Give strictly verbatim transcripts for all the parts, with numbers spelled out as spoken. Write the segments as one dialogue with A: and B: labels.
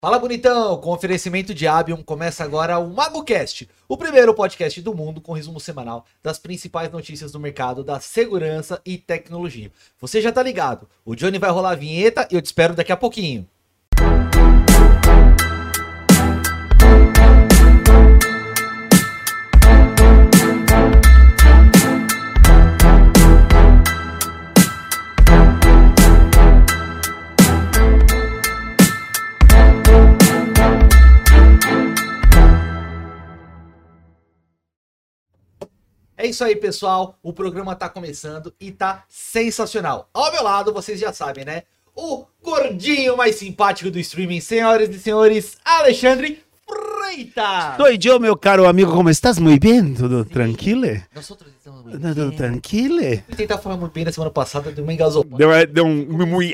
A: Fala, bonitão! Com oferecimento de Abium, começa agora o MagoCast, o primeiro podcast do mundo com resumo semanal das principais notícias do mercado da segurança e tecnologia. Você já tá ligado, o Johnny vai rolar a vinheta e eu te espero daqui a pouquinho. É isso aí, pessoal. O programa tá começando e tá sensacional. Ao meu lado, vocês já sabem, né? O gordinho mais simpático do streaming, senhoras e senhores, Alexandre Freitas.
B: Sou eu, meu caro amigo, como estás? Muito bem? Tudo tranquilo?
A: Nosotros estamos muy
B: Tudo
A: bien.
B: tranquilo?
A: Eu tentava falar muito bem na semana passada, deu uma engasopada.
B: Deu, deu um...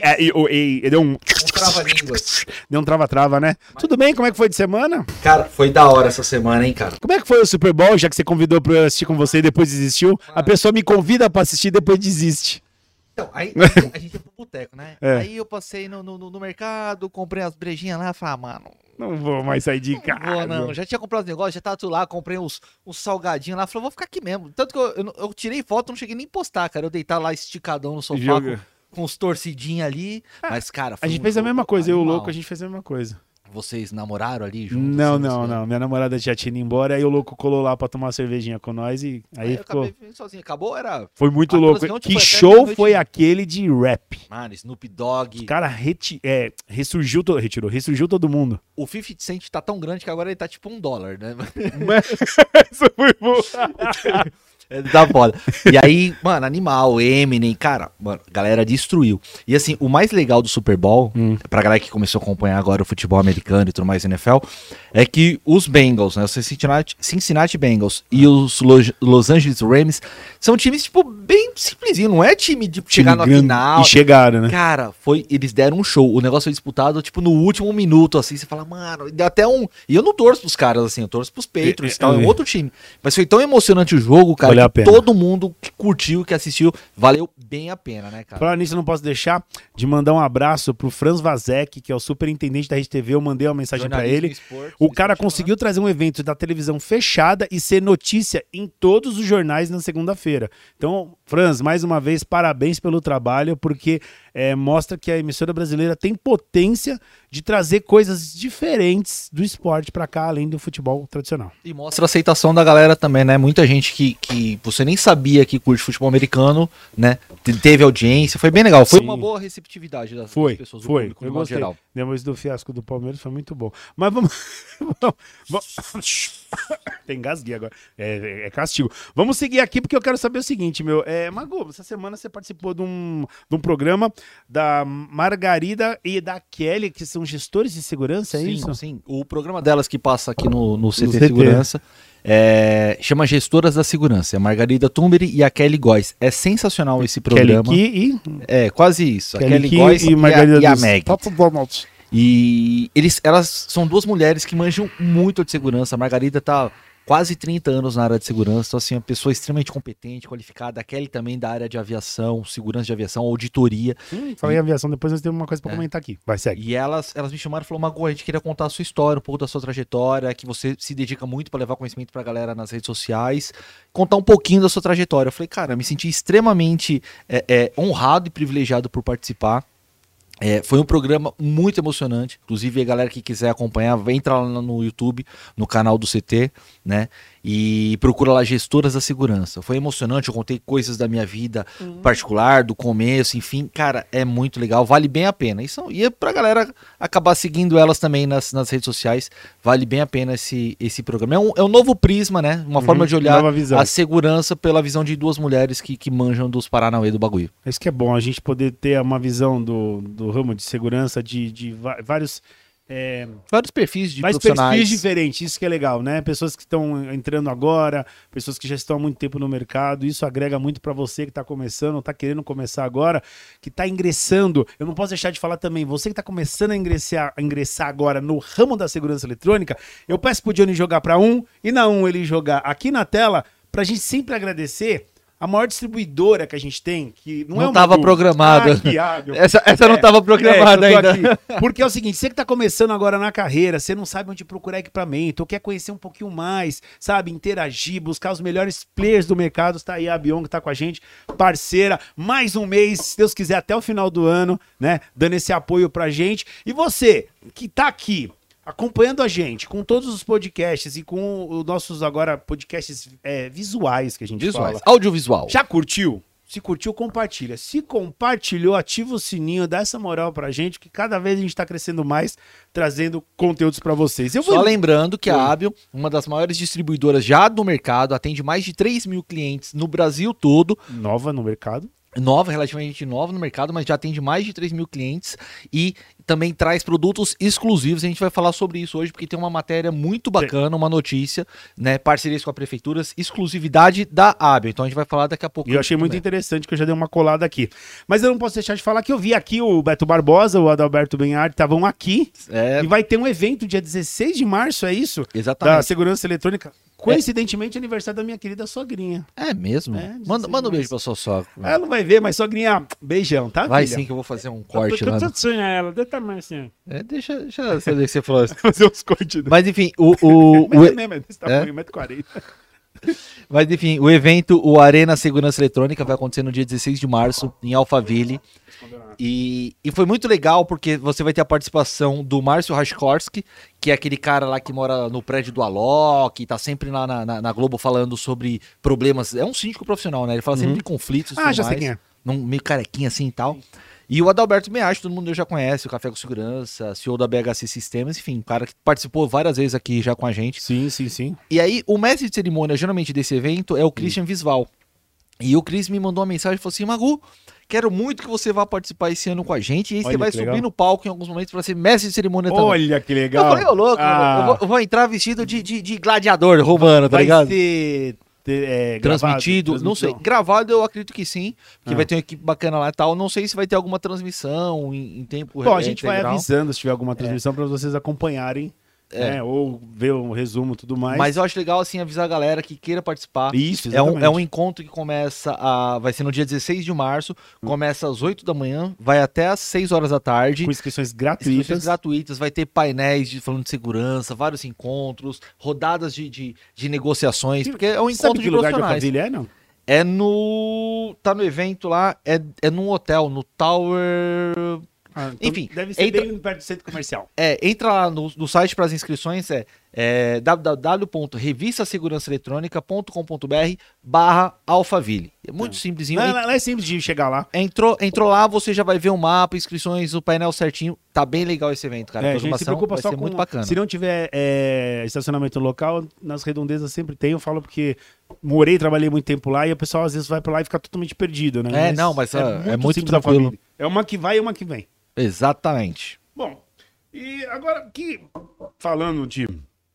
B: Deu um...
A: Um trava-língua.
B: Deu um trava-trava, né? Tudo bem? Como é que foi de semana?
A: Cara, foi da hora essa semana, hein, cara?
B: Como é que foi o Super Bowl, já que você convidou pra eu assistir com você e depois desistiu? A pessoa me convida pra assistir e depois desiste.
A: Então, aí a gente ia pro boteco, né?
B: É.
A: Aí eu passei no, no, no mercado, comprei as brejinhas lá, falei, ah, mano...
B: Não vou mais sair de
A: Não
B: casa.
A: vou, não. Já tinha comprado os negócios, já tava tudo lá, comprei uns, uns salgadinhos lá, falei, vou ficar aqui mesmo. Tanto que eu, eu, eu tirei foto, não cheguei nem a postar, cara. Eu deitar lá esticadão no sofá
B: Joga.
A: com, com os torcidinhos ali. Mas, cara,
B: A
A: foi
B: gente
A: um
B: fez a
A: jogo
B: mesma coisa, eu e o
A: animal.
B: louco, a gente fez a mesma coisa.
A: Vocês namoraram ali juntos?
B: Não,
A: assim,
B: não,
A: você-
B: não. Minha namorada já tinha ido embora, aí o louco colou lá pra tomar uma cervejinha com nós e aí
A: Aí eu
B: ficou...
A: acabei vendo sozinho. Acabou, era...
B: Foi muito
A: A
B: louco.
A: transmissão, tipo,
B: Que
A: até
B: show
A: meia-noite.
B: foi aquele de rap?
A: Mano, Snoop Dogg.
B: Cara, reti é, ressurgiu todo, retirou, ressurgiu todo mundo.
A: O fifty Cent tá tão grande que agora ele tá tipo um dólar, né?
B: Isso foi bom.
A: Ele tá foda. E aí, mano, animal, Eminem, cara, mano, a galera destruiu. E assim, o mais legal do Super Bowl,
B: Hum.
A: pra galera que começou a acompanhar agora o futebol americano e tudo mais, N F L, é que os Bengals, né, os Cincinnati, Cincinnati Bengals e os Los, Los Angeles Rams são times, tipo, bem simplesinho, não é time de chegar na
B: Time
A: final.
B: E chegaram, né?
A: Cara, foi, eles deram um show. O negócio foi disputado, tipo, no último minuto, assim. Você fala, mano, deu até um. E eu não torço pros caras, assim, eu torço pros Patriots e tal, é
B: é.
A: outro time. Mas foi tão emocionante o jogo, cara,
B: Valeu a
A: que
B: pena.
A: todo mundo que curtiu, que assistiu, valeu bem a pena, né, cara?
B: Falar nisso, eu não posso deixar de mandar um abraço pro Franz Vazek, que é o superintendente da Rede T V. Eu mandei uma mensagem pra
A: Jornalismo,
B: ele.
A: esportes,
B: O cara
A: esporte,
B: conseguiu trazer um evento da televisão fechada e ser notícia em todos os jornais na segunda-feira. Então, Franz, mais uma vez, parabéns pelo trabalho, porque é, mostra que a emissora brasileira tem potência de trazer coisas diferentes do esporte pra cá, além do futebol tradicional.
A: E mostra a aceitação da galera também, né? Muita gente que, que você nem sabia que curte futebol americano, né? Te- Teve audiência, foi bem legal. Foi
B: Sim.
A: uma boa receptividade das,
B: Foi,
A: das pessoas do
B: foi.
A: público,
B: Eu
A: no modo
B: gostei.
A: geral.
B: Depois do fiasco do Palmeiras foi muito bom. Mas vamos. vamos- Tem gasguei agora. É, é castigo. Vamos seguir aqui porque eu quero saber o seguinte, meu. É, Mago, essa semana você participou de um, de um programa da Margarida e da Kelly, que são gestores de segurança, é
A: sim,
B: isso?
A: sim. O programa delas que passa aqui no, no C T
B: C T.
A: Segurança é, chama Gestoras da Segurança. É a Margarida Tumberi e a Kelly Góes. É sensacional esse
B: Kelly
A: programa.
B: Key
A: É, quase isso. A Kelly,
B: Key
A: Góes
B: e
A: e, a,
B: Margarida
A: e a
B: dos-
A: Meg.
B: Papo Donald.
A: E eles, elas são duas mulheres que manjam muito de segurança. A Margarida tá quase trinta anos na área de segurança, então assim, uma pessoa extremamente competente, qualificada. A Kelly também da área de aviação, segurança de aviação, auditoria.
B: Hum, falei em aviação, depois nós temos uma coisa pra
A: É.
B: comentar aqui. Vai, segue.
A: E elas, elas me chamaram e falaram, Mago, a gente queria contar a sua história, um pouco da sua trajetória, que você se dedica muito para levar conhecimento pra galera nas redes sociais, contar um pouquinho da sua trajetória. Eu falei, cara, eu me senti extremamente é, é, honrado e privilegiado por participar. É, foi um programa muito emocionante. Inclusive, a galera que quiser acompanhar, entra lá no YouTube, no canal do C T, né? E procura lá Gestoras da Segurança. Foi emocionante, eu contei coisas da minha vida particular, do começo, enfim, cara, é muito legal, vale bem a pena. E, são, e é pra galera acabar seguindo elas também nas, nas redes sociais, vale bem a pena esse, esse programa. É um, é um novo prisma, né? Uma
B: Uhum,
A: forma de olhar
B: nova visão.
A: a segurança pela visão de duas mulheres que, que manjam dos Paranauê do bagulho.
B: Isso que é bom, a gente poder ter uma visão do, do ramo de segurança de, de va- vários, é,
A: Vários perfis de
B: vários
A: profissionais.
B: perfis diferentes, isso que é legal, né? Pessoas que estão entrando agora, pessoas que já estão há muito tempo no mercado, isso agrega muito para você que está começando, está querendo começar agora, que está ingressando. Eu não posso deixar de falar também, você que está começando a ingressar, a ingressar agora no ramo da segurança eletrônica, eu peço pro Johnny jogar para um e na um ele jogar aqui na tela, pra gente sempre agradecer a maior distribuidora que a gente tem, que não,
A: Não
B: é uma
A: estava programada.
B: Ah, que
A: Essa, essa não estava programada
B: é, eu tô
A: ainda.
B: aqui. Porque é o seguinte, você que tá começando agora na carreira, você não sabe onde procurar equipamento, ou quer conhecer um pouquinho mais, sabe, interagir, buscar os melhores players do mercado, tá aí a Bion que tá com a gente, parceira, mais um mês, se Deus quiser, até o final do ano, né, dando esse apoio pra gente. E você, que tá aqui, acompanhando a gente com todos os podcasts e com os nossos agora podcasts é, visuais que a gente
A: Visuais,
B: fala.
A: audiovisual.
B: Já curtiu? Se curtiu, compartilha. Se compartilhou, ativa o sininho, dá essa moral pra gente, que cada vez a gente tá crescendo mais, trazendo conteúdos pra vocês. Eu vou...
A: Só lembrando que
B: Oi.
A: a Abion, uma das maiores distribuidoras já do mercado, atende mais de três mil clientes no Brasil todo.
B: Nova no mercado.
A: Nova, relativamente nova no mercado, mas já atende mais de três mil clientes e também traz produtos exclusivos. A gente vai falar sobre isso hoje, porque tem uma matéria muito bacana, uma notícia, né? Parcerias com a prefeituras, exclusividade da Abion. Então a gente vai falar daqui a pouco.
B: E eu achei muito
A: também.
B: interessante, que eu já dei uma colada aqui. Mas eu não posso deixar de falar que eu vi aqui o Beto Barbosa, o Adalberto Benhart, estavam aqui.
A: É,
B: E vai ter um evento dia dezesseis de março, é isso? Da
A: exatamente.
B: Segurança Eletrônica. Coincidentemente, aniversário da minha querida sogrinha.
A: É mesmo?
B: É,
A: manda, manda um beijo
B: mais.
A: pra sua sogra.
B: Ela não vai ver, mas sogrinha, beijão, tá,
A: Vai
B: filha?
A: sim que eu vou fazer um corte
B: Eu
A: lá.
B: tô
A: no-
B: tatuando ela, desse tamanho assim.
A: É, deixa, deixa eu saber que você falou isso.
B: Fazer uns cortes.
A: Mas enfim, o, o, o,
B: Mas é mesmo, é desse tamanho, um metro e quarenta.
A: mas enfim, o evento, o Arena Segurança Eletrônica, vai acontecer no dia dezesseis de março, em Alphaville. E, e foi muito legal porque você vai ter a participação do Márcio Rashkorski, que é aquele cara lá que mora no prédio do Alok, tá sempre lá na, na, na Globo falando sobre problemas. É um síndico profissional, né? Ele fala sempre de conflitos. e
B: Ah,
A: tudo
B: já sei
A: mais,
B: quem é.
A: num- meio carequinha assim e tal. E o Adalberto Meach, todo mundo já conhece, o Café com Segurança, C E O da B H C Sistemas, enfim, um cara que participou várias vezes aqui já com a gente.
B: Sim, sim, sim.
A: E aí, o mestre de cerimônia, geralmente, desse evento é o Christian Visval. E o Cris me mandou uma mensagem e falou assim: Magu, quero muito que você vá participar esse ano com a gente. E aí
B: Olha
A: você vai
B: que
A: subir
B: legal.
A: no palco em alguns momentos para ser mestre de cerimônia também.
B: Olha que legal.
A: Eu falei, ô louco,
B: Ah,
A: eu, vou, eu vou entrar vestido de, de, de gladiador romano, tá
B: vai
A: ligado?
B: ser ter, é, gravado,
A: Transmitido, não sei.
B: transmissão.
A: Gravado eu acredito que sim, porque
B: Ah.
A: vai ter uma equipe bacana lá e tal. Não sei se vai ter alguma transmissão em, em tempo
B: Bom, a
A: é,
B: gente vai
A: integral.
B: avisando se tiver alguma transmissão pra vocês acompanharem,
A: É.
B: né, ou ver um resumo e tudo mais.
A: Mas eu acho legal, assim, avisar a galera que queira participar.
B: Isso,
A: É um,
B: exatamente.
A: é um encontro que começa a. Vai ser no dia dezesseis de março, começa às oito da manhã, vai até às seis horas da tarde.
B: Com inscrições
A: Inscrições
B: gratuitas.
A: gratuitas, vai ter painéis de, falando de segurança, vários encontros, rodadas de, de, de negociações, porque é um
B: Você sabe
A: encontro
B: que
A: de
B: lugar de
A: profissionais.
B: Alphaville é, não?
A: É no. Tá no evento lá, é, é num hotel, no Tower.
B: Ah, então
A: Enfim,
B: deve ser
A: entra-
B: bem perto do centro comercial.
A: É, entra lá no, no site para as inscrições, é, é w w w ponto revista segurança eletrônica ponto com ponto b r barra Alphaville. É muito simplesinho.
B: Não,
A: En-
B: não é simples de chegar lá.
A: Entrou, entrou lá, você já vai ver o mapa, inscrições, o painel certinho. Tá bem legal esse evento, cara.
B: É,
A: a
B: a gente se
A: programação
B: preocupa
A: vai
B: só
A: ser
B: com...
A: muito bacana.
B: Se não tiver é, estacionamento local, nas redondezas sempre tem. Eu falo porque morei, trabalhei muito tempo lá e o pessoal às vezes vai pra lá e fica totalmente perdido, né?
A: É, não, mas, ah, é muito
B: simples
A: tranquilo.
B: Alphaville. É uma que vai e uma que vem.
A: Exatamente.
B: Bom, e agora que falando de,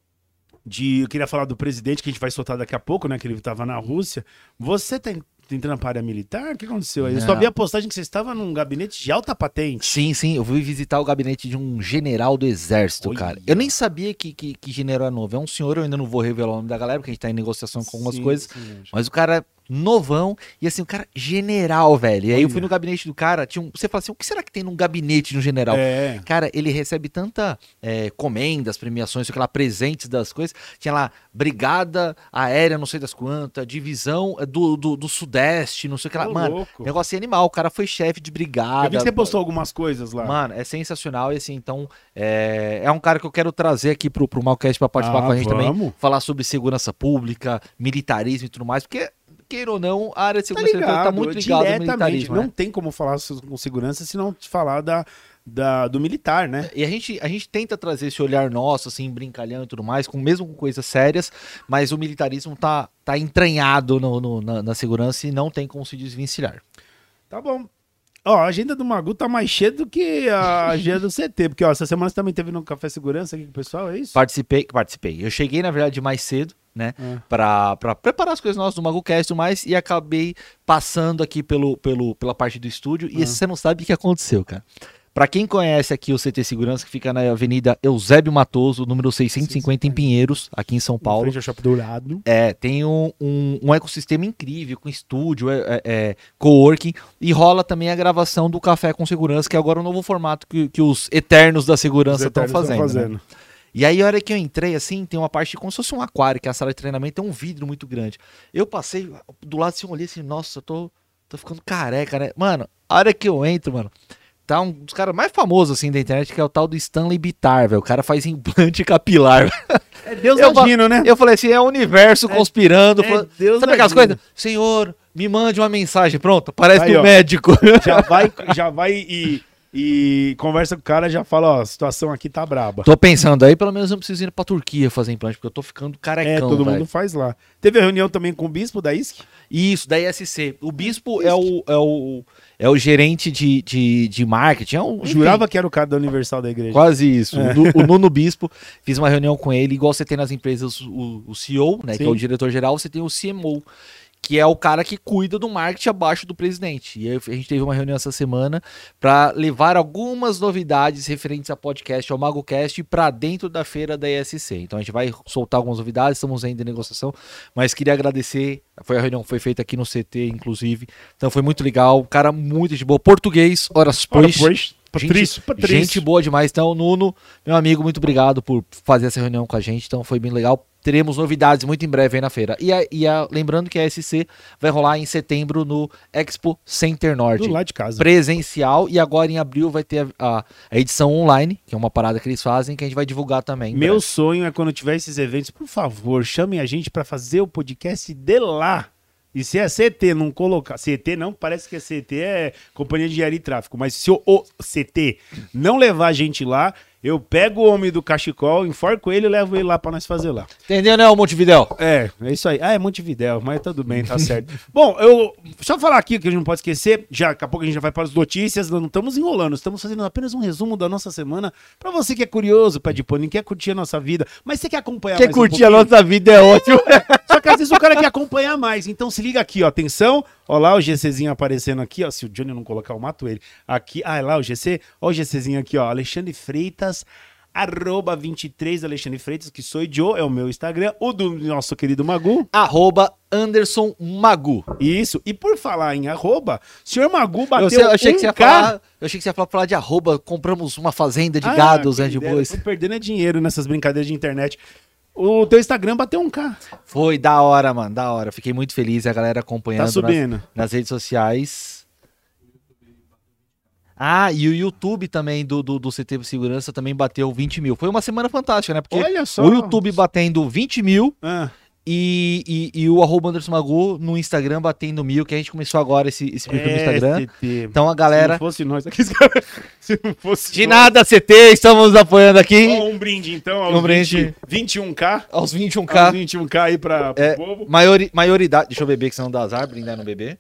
B: de. Eu queria falar do presidente, que a gente vai soltar daqui a pouco, né? Que ele estava na Rússia. Você tá en- entrando para a área militar? O que aconteceu aí? Eu só
A: Não.
B: vi a postagem que você estava num gabinete de alta patente.
A: Sim, sim, eu fui visitar o gabinete de um general do exército,
B: Olha.
A: cara. Eu nem sabia que, que, que general é novo. É um senhor, eu ainda não vou revelar o nome da galera, porque a gente tá em negociação com algumas
B: Sim,
A: coisas.
B: sim,
A: Mas o cara novão, e assim, o cara general, velho. E aí eu fui
B: Olha.
A: no gabinete do cara, tinha um, você fala assim, o que será que tem num gabinete de um general?
B: É.
A: Cara, ele recebe tanta é, comendas, premiações, sei lá, presentes das coisas. Tinha lá, brigada aérea, não sei das quantas, divisão é, do, do, do sudeste, não sei o que lá.
B: Ô,
A: Mano,
B: louco.
A: negócio animal, o cara foi chefe de
B: Eu
A: brigada.
B: vi que você postou algumas coisas lá.
A: Mano, é sensacional e assim, então é, é um cara que eu quero trazer aqui pro, pro Malcast pra participar
B: Ah,
A: com a gente também,
B: vamos.
A: falar sobre segurança pública, militarismo e tudo mais, porque, queira ou não, a área de
B: Tá
A: segurança eletrônica
B: ligado,
A: tá muito ligada ao
B: diretamente.
A: militarismo,
B: Não
A: né?
B: tem como falar com segurança se não falar da, da, do militar, né?
A: E a gente, a gente tenta trazer esse olhar nosso, assim, brincalhão e tudo mais, com, mesmo com coisas sérias, mas o militarismo tá, tá entranhado no, no- na, na segurança e não tem como se desvencilhar.
B: Tá bom. Ó, a agenda do Magu tá mais cheia do que a agenda do C T, porque ó, essa semana você também teve no Café Segurança aqui com o pessoal, é isso?
A: Participei, participei. Eu cheguei, na verdade, mais cedo, né?
B: É.
A: Pra, pra preparar as coisas nossas do MaguCast e tudo mais, e acabei passando aqui pelo, pelo, pela parte do estúdio. E
B: Ah.
A: você não sabe o que aconteceu, cara. Para quem conhece aqui o C T Segurança, que fica na Avenida Eusébio Matoso, número seiscentos e cinquenta, em Pinheiros, aqui em São Paulo.
B: Frente ao Shopping Dourado.
A: É, tem um, um, um ecossistema incrível, com estúdio, é, é, é, coworking, e rola também a gravação do Café com Segurança, que é agora o novo formato que, que os eternos da segurança estão fazendo. fazendo. Né? E aí, a hora que eu entrei, assim, tem uma parte como se fosse um aquário, que é a sala de treinamento, tem um vidro muito grande. Eu passei do lado assim, olhei assim, nossa, eu tô, tô ficando careca, né? Mano, a hora que eu entro, mano, tá um dos caras mais famosos, assim, da internet, que é o tal do Stanley Bitar, velho. O cara faz implante capilar.
B: É Deus
A: eu,
B: agindo, né?
A: Eu falei assim, é o universo é, conspirando. É falando,
B: Deus
A: sabe aquelas coisas? Senhor, me mande uma mensagem. Pronto, parece
B: aí,
A: do
B: ó,
A: médico.
B: Já vai, já vai e... E conversa com o cara, já fala, ó, a situação aqui tá braba.
A: Tô pensando aí, pelo menos eu não preciso ir pra Turquia fazer implante, porque eu tô ficando carecão,
B: É, todo
A: véio.
B: mundo faz lá. Teve a reunião também com o bispo da I S C?
A: Isso, da I S C. O bispo é o, é o, é o gerente de, de, de marketing. É um,
B: Jurava que era o cara da Universal da igreja.
A: Quase isso.
B: É.
A: O, o Nuno Bispo, fiz uma reunião com ele, igual você tem nas empresas o, o C E O, né, que é o diretor-geral, você tem o C M O, que é o cara que cuida do marketing abaixo do presidente. E aí a gente teve uma reunião essa semana para levar algumas novidades referentes a podcast, ao MagoCast, para dentro da feira da I S C. Então a gente vai soltar algumas novidades, estamos ainda em negociação, mas queria agradecer, foi a reunião que foi feita aqui no C T, inclusive. Então foi muito legal, cara muito de boa. Português, horas pois.
B: pois. Patrício,
A: gente,
B: Patrício.
A: Gente boa demais. Então, Nuno, meu amigo, muito obrigado por fazer essa reunião com a gente. Então, foi bem legal. Teremos novidades muito em breve aí na feira. E, a, e a, lembrando que a S C vai rolar em setembro no Expo Center Norte.
B: Do lado de casa.
A: Presencial. E agora em abril vai ter a, a, a edição online, que é uma parada que eles fazem, que a gente vai divulgar também.
B: Meu
A: breve.
B: sonho é quando tiver esses eventos, por favor, chamem a gente para fazer o podcast de lá. E se é C T não colocar... C T não, parece que é C T, é Companhia de Engenharia e Tráfico. Mas se o, o C T não levar a gente lá, eu pego o homem do cachecol, enforco ele e levo ele lá pra nós fazer lá.
A: Entendeu, né, o Montevidéu?
B: É, é isso aí. Ah, é Montevidéu, mas tudo bem, tá certo. Bom, eu... Só falar aqui que a gente não pode esquecer, já, daqui a pouco a gente já vai para as notícias, nós não estamos enrolando, estamos fazendo apenas um resumo da nossa semana pra você que é curioso, pé de pano, quer curtir a nossa vida, mas você quer acompanhar
A: quer
B: mais
A: curtir
B: um
A: a nossa vida é ótimo.
B: Só que às vezes o cara quer acompanhar mais, então se liga aqui, ó, atenção, ó lá o GCzinho aparecendo aqui, ó, se o Johnny não colocar eu mato ele, aqui, ah, é lá o G C, ó o GCzinho aqui, ó, Alexandre Freitas, arroba vinte e três Alexandre Freitas, que sou Joe, é o meu Instagram, o do nosso querido Magu,
A: arroba Anderson Magu.
B: Isso, e por falar em arroba, o senhor Magu bateu
A: eu, sei, eu achei
B: um
A: que você ia falar, eu achei que você ia falar, falar de arroba, compramos uma fazenda de ah, gados, né, de bois.
B: Tô perdendo dinheiro nessas brincadeiras de internet. O teu Instagram bateu um K.
A: Foi, da hora, mano, da hora. Fiquei muito feliz, a galera acompanhando
B: tá subindo.
A: Nas, nas redes sociais. Ah, e o YouTube também do, do, do C T Segurança também bateu vinte mil. Foi uma semana fantástica, né? Porque
B: olha só.
A: O YouTube batendo vinte mil
B: ah.
A: e, e, e o arroba Anderson Magu no Instagram batendo mil, que a gente começou agora esse, esse perfil é, no Instagram. C T. Então a galera...
B: Se não fosse nós aqui, se não fosse
A: de
B: nós...
A: nada, C T, estamos apoiando aqui.
B: Ó, um brinde então, aos
A: um brinde.
B: vinte e um K.
A: Aos vinte e um K.
B: Aos vinte e um K aí pra, pro
A: é,
B: povo.
A: Maiori, maioridade, deixa eu beber que senão dá azar, brindar no bebê.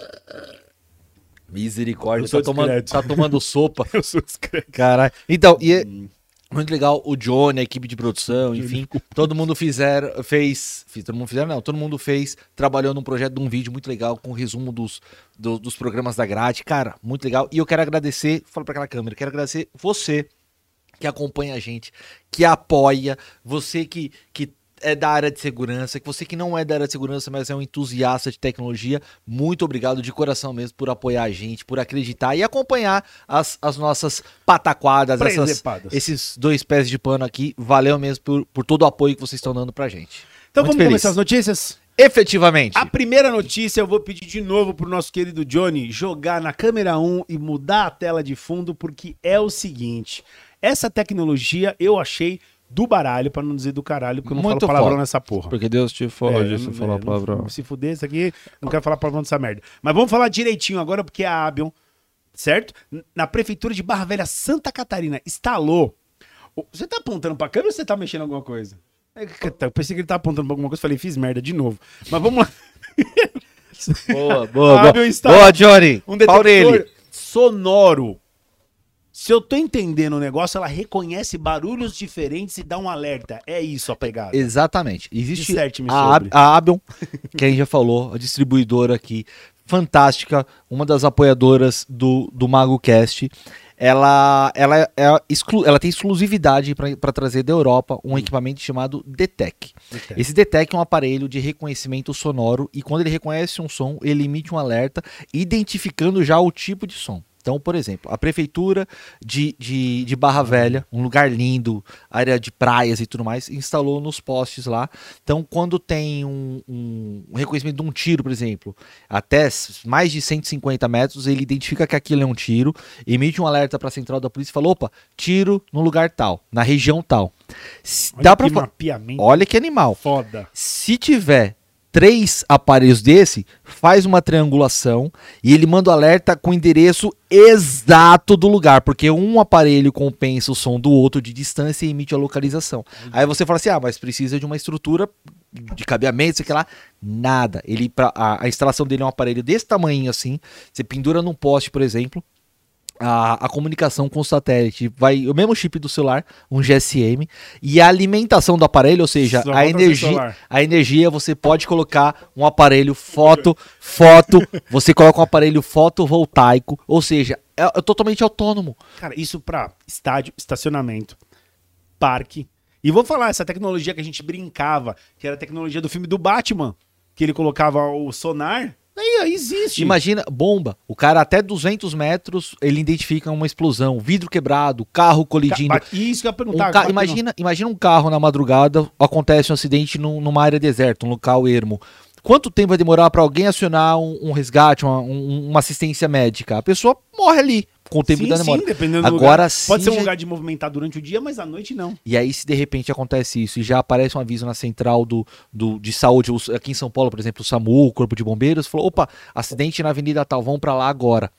A: Misericórdia, tá tomando, tá tomando sopa.
B: Eu sou discreto.
A: Caralho. Então, e é muito legal o Johnny, a equipe de produção, enfim, todo mundo fizeram, fez, fiz, todo mundo fizeram, não, todo mundo fez, trabalhou num projeto de um vídeo muito legal, com resumo dos, do, dos programas da grade, cara, muito legal. E eu quero agradecer, fala pra aquela câmera, quero agradecer você que acompanha a gente, que apoia, você que, que é da área de segurança, que você que não é da área de segurança, mas é um entusiasta de tecnologia, muito obrigado de coração mesmo por apoiar a gente, por acreditar e acompanhar as, as nossas pataquadas, essas, esses dois pés de pano aqui. Valeu mesmo por, por todo o apoio que vocês estão dando pra gente.
B: Então
A: muito
B: vamos
A: feliz.
B: começar as notícias?
A: Efetivamente.
B: A primeira notícia eu vou pedir de novo pro nosso querido Johnny jogar na câmera um e mudar a tela de fundo, porque é o seguinte, essa tecnologia eu achei do baralho, pra não dizer do caralho, porque eu não
A: muito
B: falo palavrão
A: foda.
B: Nessa porra.
A: Porque Deus te fode
B: é,
A: se
B: é,
A: falar
B: é,
A: palavrão.
B: Não, se fuder isso aqui, não quero falar palavrão dessa merda. Mas vamos falar direitinho agora, porque a Abion, certo? Na prefeitura de Barra Velha, Santa Catarina, instalou... Você tá apontando pra câmera ou você tá mexendo em alguma coisa? Eu pensei que ele tá apontando pra alguma coisa, falei, fiz merda de novo. Mas vamos lá.
A: Boa, boa, boa.
B: Instalou
A: boa, Johnny.
B: Um detector sonoro. Se eu tô entendendo o negócio, ela reconhece barulhos diferentes e dá um alerta. É isso a pegada.
A: Exatamente. Existe
B: Disserte-me
A: a,
B: sobre.
A: a Abion, que a gente já falou, a distribuidora aqui, fantástica, uma das apoiadoras do, do MagoCast. ela, ela, é exclu, ela tem exclusividade para trazer da Europa um equipamento chamado D T E C. D T E C. Esse D T E C é um aparelho de reconhecimento sonoro e quando ele reconhece um som, ele emite um alerta identificando já o tipo de som. Então, por exemplo, a prefeitura de, de, de Barra Velha, um lugar lindo, área de praias e tudo mais, instalou nos postes lá. Então, quando tem um, um, um reconhecimento de um tiro, por exemplo, até mais de cento e cinquenta metros, ele identifica que aquilo é um tiro, emite um alerta para a central da polícia e fala, opa, tiro no lugar tal, na região tal.
B: Olha
A: Dá
B: que
A: pra
B: mapeamento.
A: Olha que animal.
B: Foda.
A: Se tiver três aparelhos desse, faz uma triangulação e ele manda o alerta com o endereço exato do lugar, porque um aparelho compensa o som do outro de distância e emite a localização. Uhum. Aí você fala assim, ah, mas precisa de uma estrutura de cabeamento, sei que lá. Nada. Ele, pra, a, a instalação dele é um aparelho desse tamanho assim, você pendura num poste, por exemplo, A, a comunicação com o satélite vai o mesmo chip do celular, um G S M, e a alimentação do aparelho, ou seja, a energia, a energia você pode colocar um aparelho foto, foto, você coloca um aparelho fotovoltaico, ou seja, é, é totalmente autônomo.
B: Cara, isso para estádio, estacionamento, parque. E vou falar, essa tecnologia que a gente brincava, que era a tecnologia do filme do Batman, que ele colocava o sonar. Aí, aí existe.
A: Imagina, bomba. O cara até duzentos metros, ele identifica uma explosão. Vidro quebrado, carro colidindo.
B: Ca Isso que eu ia perguntar.
A: Um ca imagina, imagina um carro na madrugada, acontece um acidente num, numa área deserta, um local ermo. Quanto tempo vai demorar para alguém acionar um, um resgate, uma, um, uma assistência médica? A pessoa morre ali. Com o tempo
B: sim,
A: da demora.
B: Sim, dependendo
A: Agora,
B: do lugar. Pode ser um
A: já...
B: lugar de movimentar durante o dia, mas à noite não.
A: E aí, se de repente acontece isso e já aparece um aviso na central do, do, de saúde, aqui em São Paulo, por exemplo, o SAMU, o Corpo de Bombeiros, falou, opa, acidente na Avenida tal, vamos pra lá agora.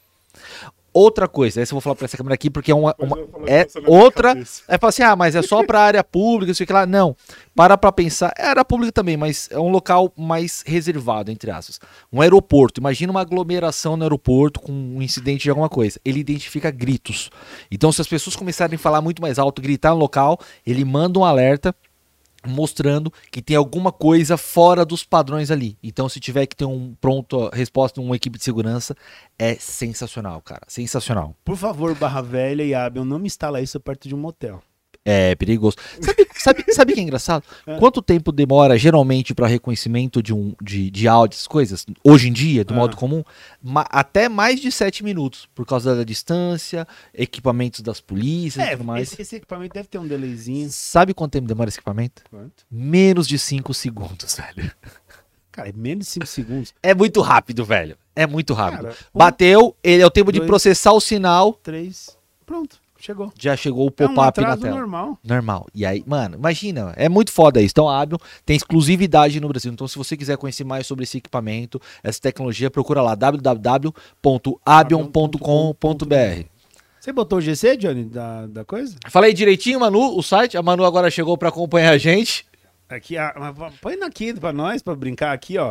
A: Outra coisa, essa eu vou falar pra essa câmera aqui, porque é uma, uma é outra, é falar assim, ah, mas é só pra área pública, sei lá, não, para pra pensar, é área pública também, mas é um local mais reservado, entre aspas, um aeroporto, imagina uma aglomeração no aeroporto com um incidente de alguma coisa, ele identifica gritos, então se as pessoas começarem a falar muito mais alto, gritar no local, ele manda um alerta, mostrando que tem alguma coisa fora dos padrões ali. Então, se tiver que ter um pronto resposta, uma equipe de segurança, é sensacional, cara. Sensacional.
B: Por favor, Barra Velha e Abel, não me instala isso perto de um motel.
A: É perigoso. Sabe, sabe, sabe o que é engraçado? É. Quanto tempo demora geralmente para reconhecimento de, um, de, de áudio, essas coisas? Hoje em dia, do é. modo comum? Ma até mais de sete minutos, por causa da distância, equipamentos das polícias
B: é,
A: e tudo mais.
B: Esse, esse equipamento deve ter um delayzinho.
A: Sabe quanto tempo demora esse equipamento?
B: Quanto?
A: Menos de cinco segundos, velho.
B: Cara, é menos de cinco segundos.
A: É muito rápido, velho. É muito rápido.
B: Cara, um,
A: Bateu, ele é o tempo
B: dois,
A: de processar o sinal.
B: Três. Pronto. Chegou.
A: Já chegou o pop-up
B: é um
A: na tela.
B: normal.
A: Normal. E aí, mano, imagina, é muito foda isso. Então a Abion tem exclusividade no Brasil. Então se você quiser conhecer mais sobre esse equipamento, essa tecnologia, procura lá w w w ponto abion ponto com ponto b r.
B: Você botou o G C, Johnny, da, da coisa?
A: Falei direitinho, Manu, o site. A Manu agora chegou para acompanhar a gente.
B: Aqui, a, põe aqui para nós, para brincar aqui, ó.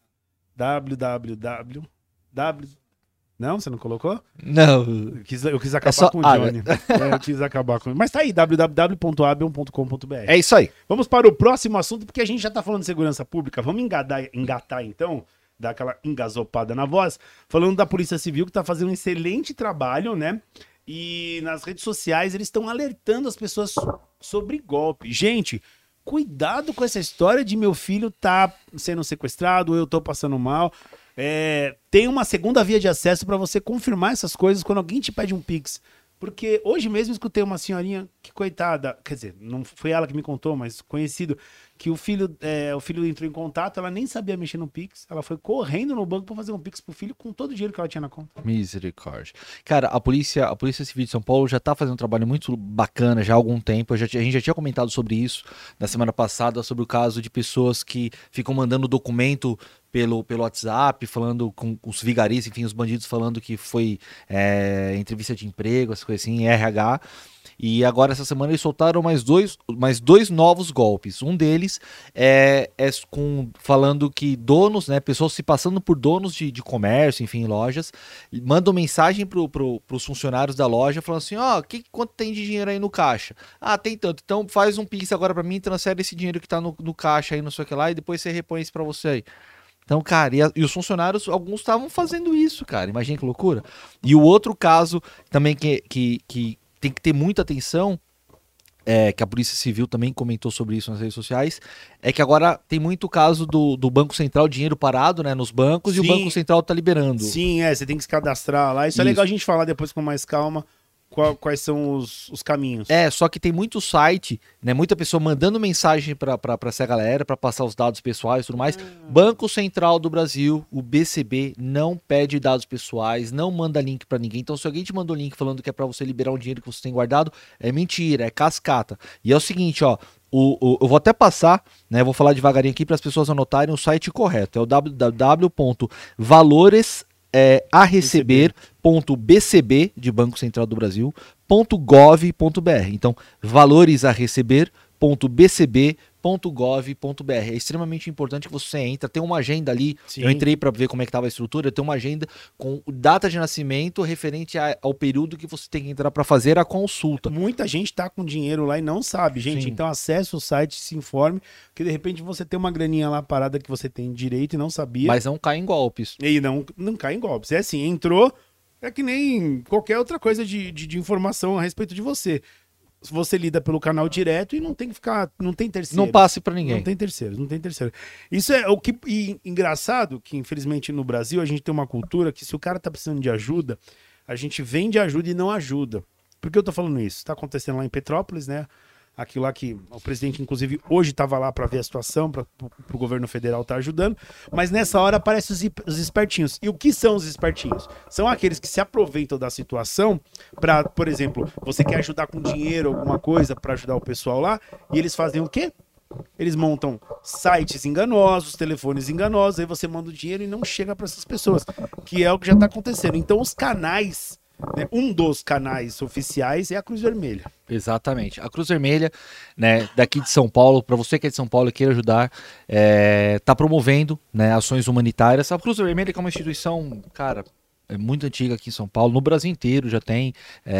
B: www. Não, você não colocou?
A: Não.
B: Eu quis, eu quis acabar
A: é só...
B: com o Johnny. É, eu quis acabar com Mas tá aí, w w w ponto abion ponto com ponto b r.
A: É isso aí.
B: Vamos para o próximo assunto, porque a gente já tá falando de segurança pública. Vamos engatar, engatar então, dar aquela engasopada na voz, falando da Polícia Civil, que tá fazendo um excelente trabalho, né? E nas redes sociais eles estão alertando as pessoas sobre golpe. Gente, cuidado com essa história de meu filho tá sendo sequestrado, ou eu tô passando mal. É, tem uma segunda via de acesso para você confirmar essas coisas quando alguém te pede um Pix. Porque hoje mesmo eu escutei uma senhorinha que, coitada, quer dizer, não foi ela que me contou, mas conhecido, que o filho, é, o filho entrou em contato, ela nem sabia mexer no Pix, ela foi correndo no banco para fazer um Pix pro filho com todo o dinheiro que ela tinha na conta.
A: Misericórdia. Cara, a polícia, a Polícia Civil de São Paulo já tá fazendo um trabalho muito bacana já há algum tempo. Já, a gente já tinha comentado sobre isso na semana passada, sobre o caso de pessoas que ficam mandando documento pelo, pelo WhatsApp, falando com os vigaristas, enfim, os bandidos falando que foi é, entrevista de emprego, essas coisas assim, R H. E agora, essa semana, eles soltaram mais dois, mais dois novos golpes. Um deles é, é com, falando que donos, né, pessoas se passando por donos de, de comércio, enfim, lojas, mandam mensagem para pro, os funcionários da loja falando assim, ó, oh, que, quanto tem de dinheiro aí no caixa? Ah, tem tanto. Então faz um Pix agora para mim e transfere esse dinheiro que tá no, no caixa aí, não sei o que lá, e depois você repõe isso para você aí. Então, cara, e, a, e os funcionários, alguns estavam fazendo isso, cara. Imagina que loucura. E o outro caso também que, que, que tem que ter muita atenção, é, que a Polícia Civil também comentou sobre isso nas redes sociais, é que agora tem muito caso do, do Banco Central, dinheiro parado, né, nos bancos, Sim. e o Banco Central tá liberando.
B: Sim, é, você tem que se cadastrar lá. Isso, isso. é legal a gente falar depois com mais calma. Qual, quais são os, os caminhos.
A: É, só que tem muito site, né? Muita pessoa mandando mensagem para essa galera, para passar os dados pessoais e tudo mais. Ah. Banco Central do Brasil, o B C B, não pede dados pessoais, não manda link para ninguém. Então, se alguém te mandou link falando que é para você liberar um dinheiro que você tem guardado, é mentira, é cascata. E é o seguinte, ó. O, o, eu vou até passar, né? Vou falar devagarinho aqui para as pessoas anotarem o site correto. É o w w w ponto valores É, a receber ponto b c b de Banco Central do Brasil ponto gov ponto b r. Então, valores a receber ponto b c b ponto gov ponto b r. É extremamente importante que você entra, tem uma agenda ali. Sim. Eu entrei para ver como é que estava a estrutura, tem uma agenda com data de nascimento referente a, ao período que você tem que entrar para fazer a consulta.
B: Muita gente está com dinheiro lá e não sabe, gente. Sim. Então acesse o site, se informe, que de repente você tem uma graninha lá parada que você tem direito e não sabia.
A: Mas não cai em golpes.
B: E não, não cai em golpes. É assim, entrou, é que nem qualquer outra coisa de, de, de informação a respeito de você. Você lida pelo canal direto e não tem que ficar, não tem terceiro.
A: Não passe para ninguém.
B: Não tem terceiro, não tem terceiro. Isso é o que e, engraçado, que infelizmente no Brasil a gente tem uma cultura que se o cara tá precisando de ajuda, a gente vende ajuda e não ajuda. Por que eu tô falando isso? Tá acontecendo lá em Petrópolis, né? Aquilo lá que o presidente, inclusive, hoje estava lá para ver a situação, para o governo federal estar tá ajudando, mas nessa hora aparecem os, os espertinhos. E o que são os espertinhos? São aqueles que se aproveitam da situação para, por exemplo, você quer ajudar com dinheiro, alguma coisa para ajudar o pessoal lá, e eles fazem o quê? Eles montam sites enganosos, telefones enganosos, aí você manda o dinheiro e não chega para essas pessoas, que é o que já está acontecendo. Então os canais, né, um dos canais oficiais é a Cruz Vermelha.
A: Exatamente. A Cruz Vermelha, né, daqui de São Paulo, para você que é de São Paulo e queira ajudar, é, tá promovendo, né, ações humanitárias. A Cruz Vermelha, que é uma instituição, cara, é muito antiga aqui em São Paulo, no Brasil inteiro já tem.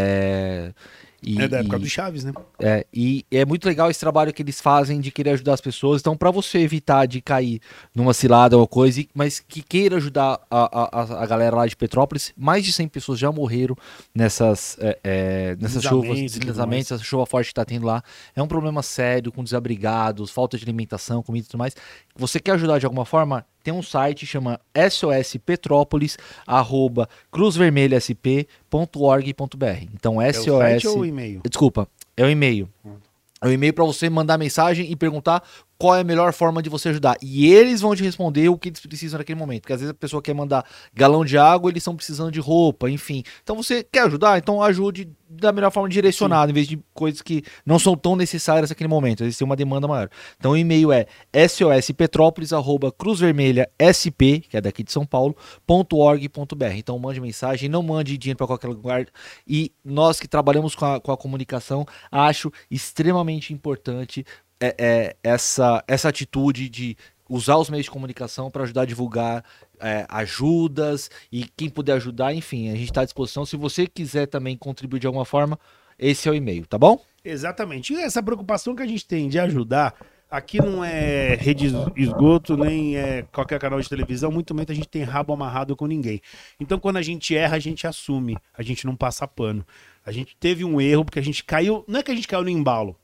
A: É, e,
B: é da época
A: e,
B: do Chaves, né?
A: É, e é muito legal esse trabalho que eles fazem de querer ajudar as pessoas. Então, para você evitar de cair numa cilada ou coisa, mas que queira ajudar a, a, a galera lá de Petrópolis, mais de cem pessoas já morreram nessas, é, é, nessas chuvas, deslizamentos, essa chuva forte que está tendo lá. É um problema sério com desabrigados, falta de alimentação, comida e tudo mais. Você quer ajudar de alguma forma? Tem um site, chama S O S Petrópolis, arroba cruz vermelha s p ponto org ponto b r. Então, S O S...
B: É o site ou o e-mail?
A: Desculpa, é o e-mail. Hum. É o e-mail para você mandar mensagem e perguntar qual é a melhor forma de você ajudar. E eles vão te responder o que eles precisam naquele momento. Porque às vezes a pessoa quer mandar galão de água, eles estão precisando de roupa, enfim. Então você quer ajudar? Então ajude da melhor forma direcionada, Sim. em vez de coisas que não são tão necessárias naquele momento. Às vezes tem uma demanda maior. Então o e-mail é s o s petrópolis arroba cruz vermelha s p, que é daqui de São Paulo, ponto org ponto b r. Então mande mensagem, não mande dinheiro para qualquer lugar. E nós que trabalhamos com a, com a comunicação, acho extremamente importante É, é, essa, essa atitude de usar os meios de comunicação para ajudar a divulgar é, ajudas e quem puder ajudar, enfim, a gente está à disposição. Se você quiser também contribuir de alguma forma, esse é o e-mail, tá bom?
B: Exatamente. E essa preocupação que a gente tem de ajudar, aqui não é rede esgoto, nem é qualquer canal de televisão, muito menos a gente tem rabo amarrado com ninguém. Então quando a gente erra, a gente assume, a gente não passa pano. A gente teve um erro porque a gente caiu, não é que a gente caiu no embalo,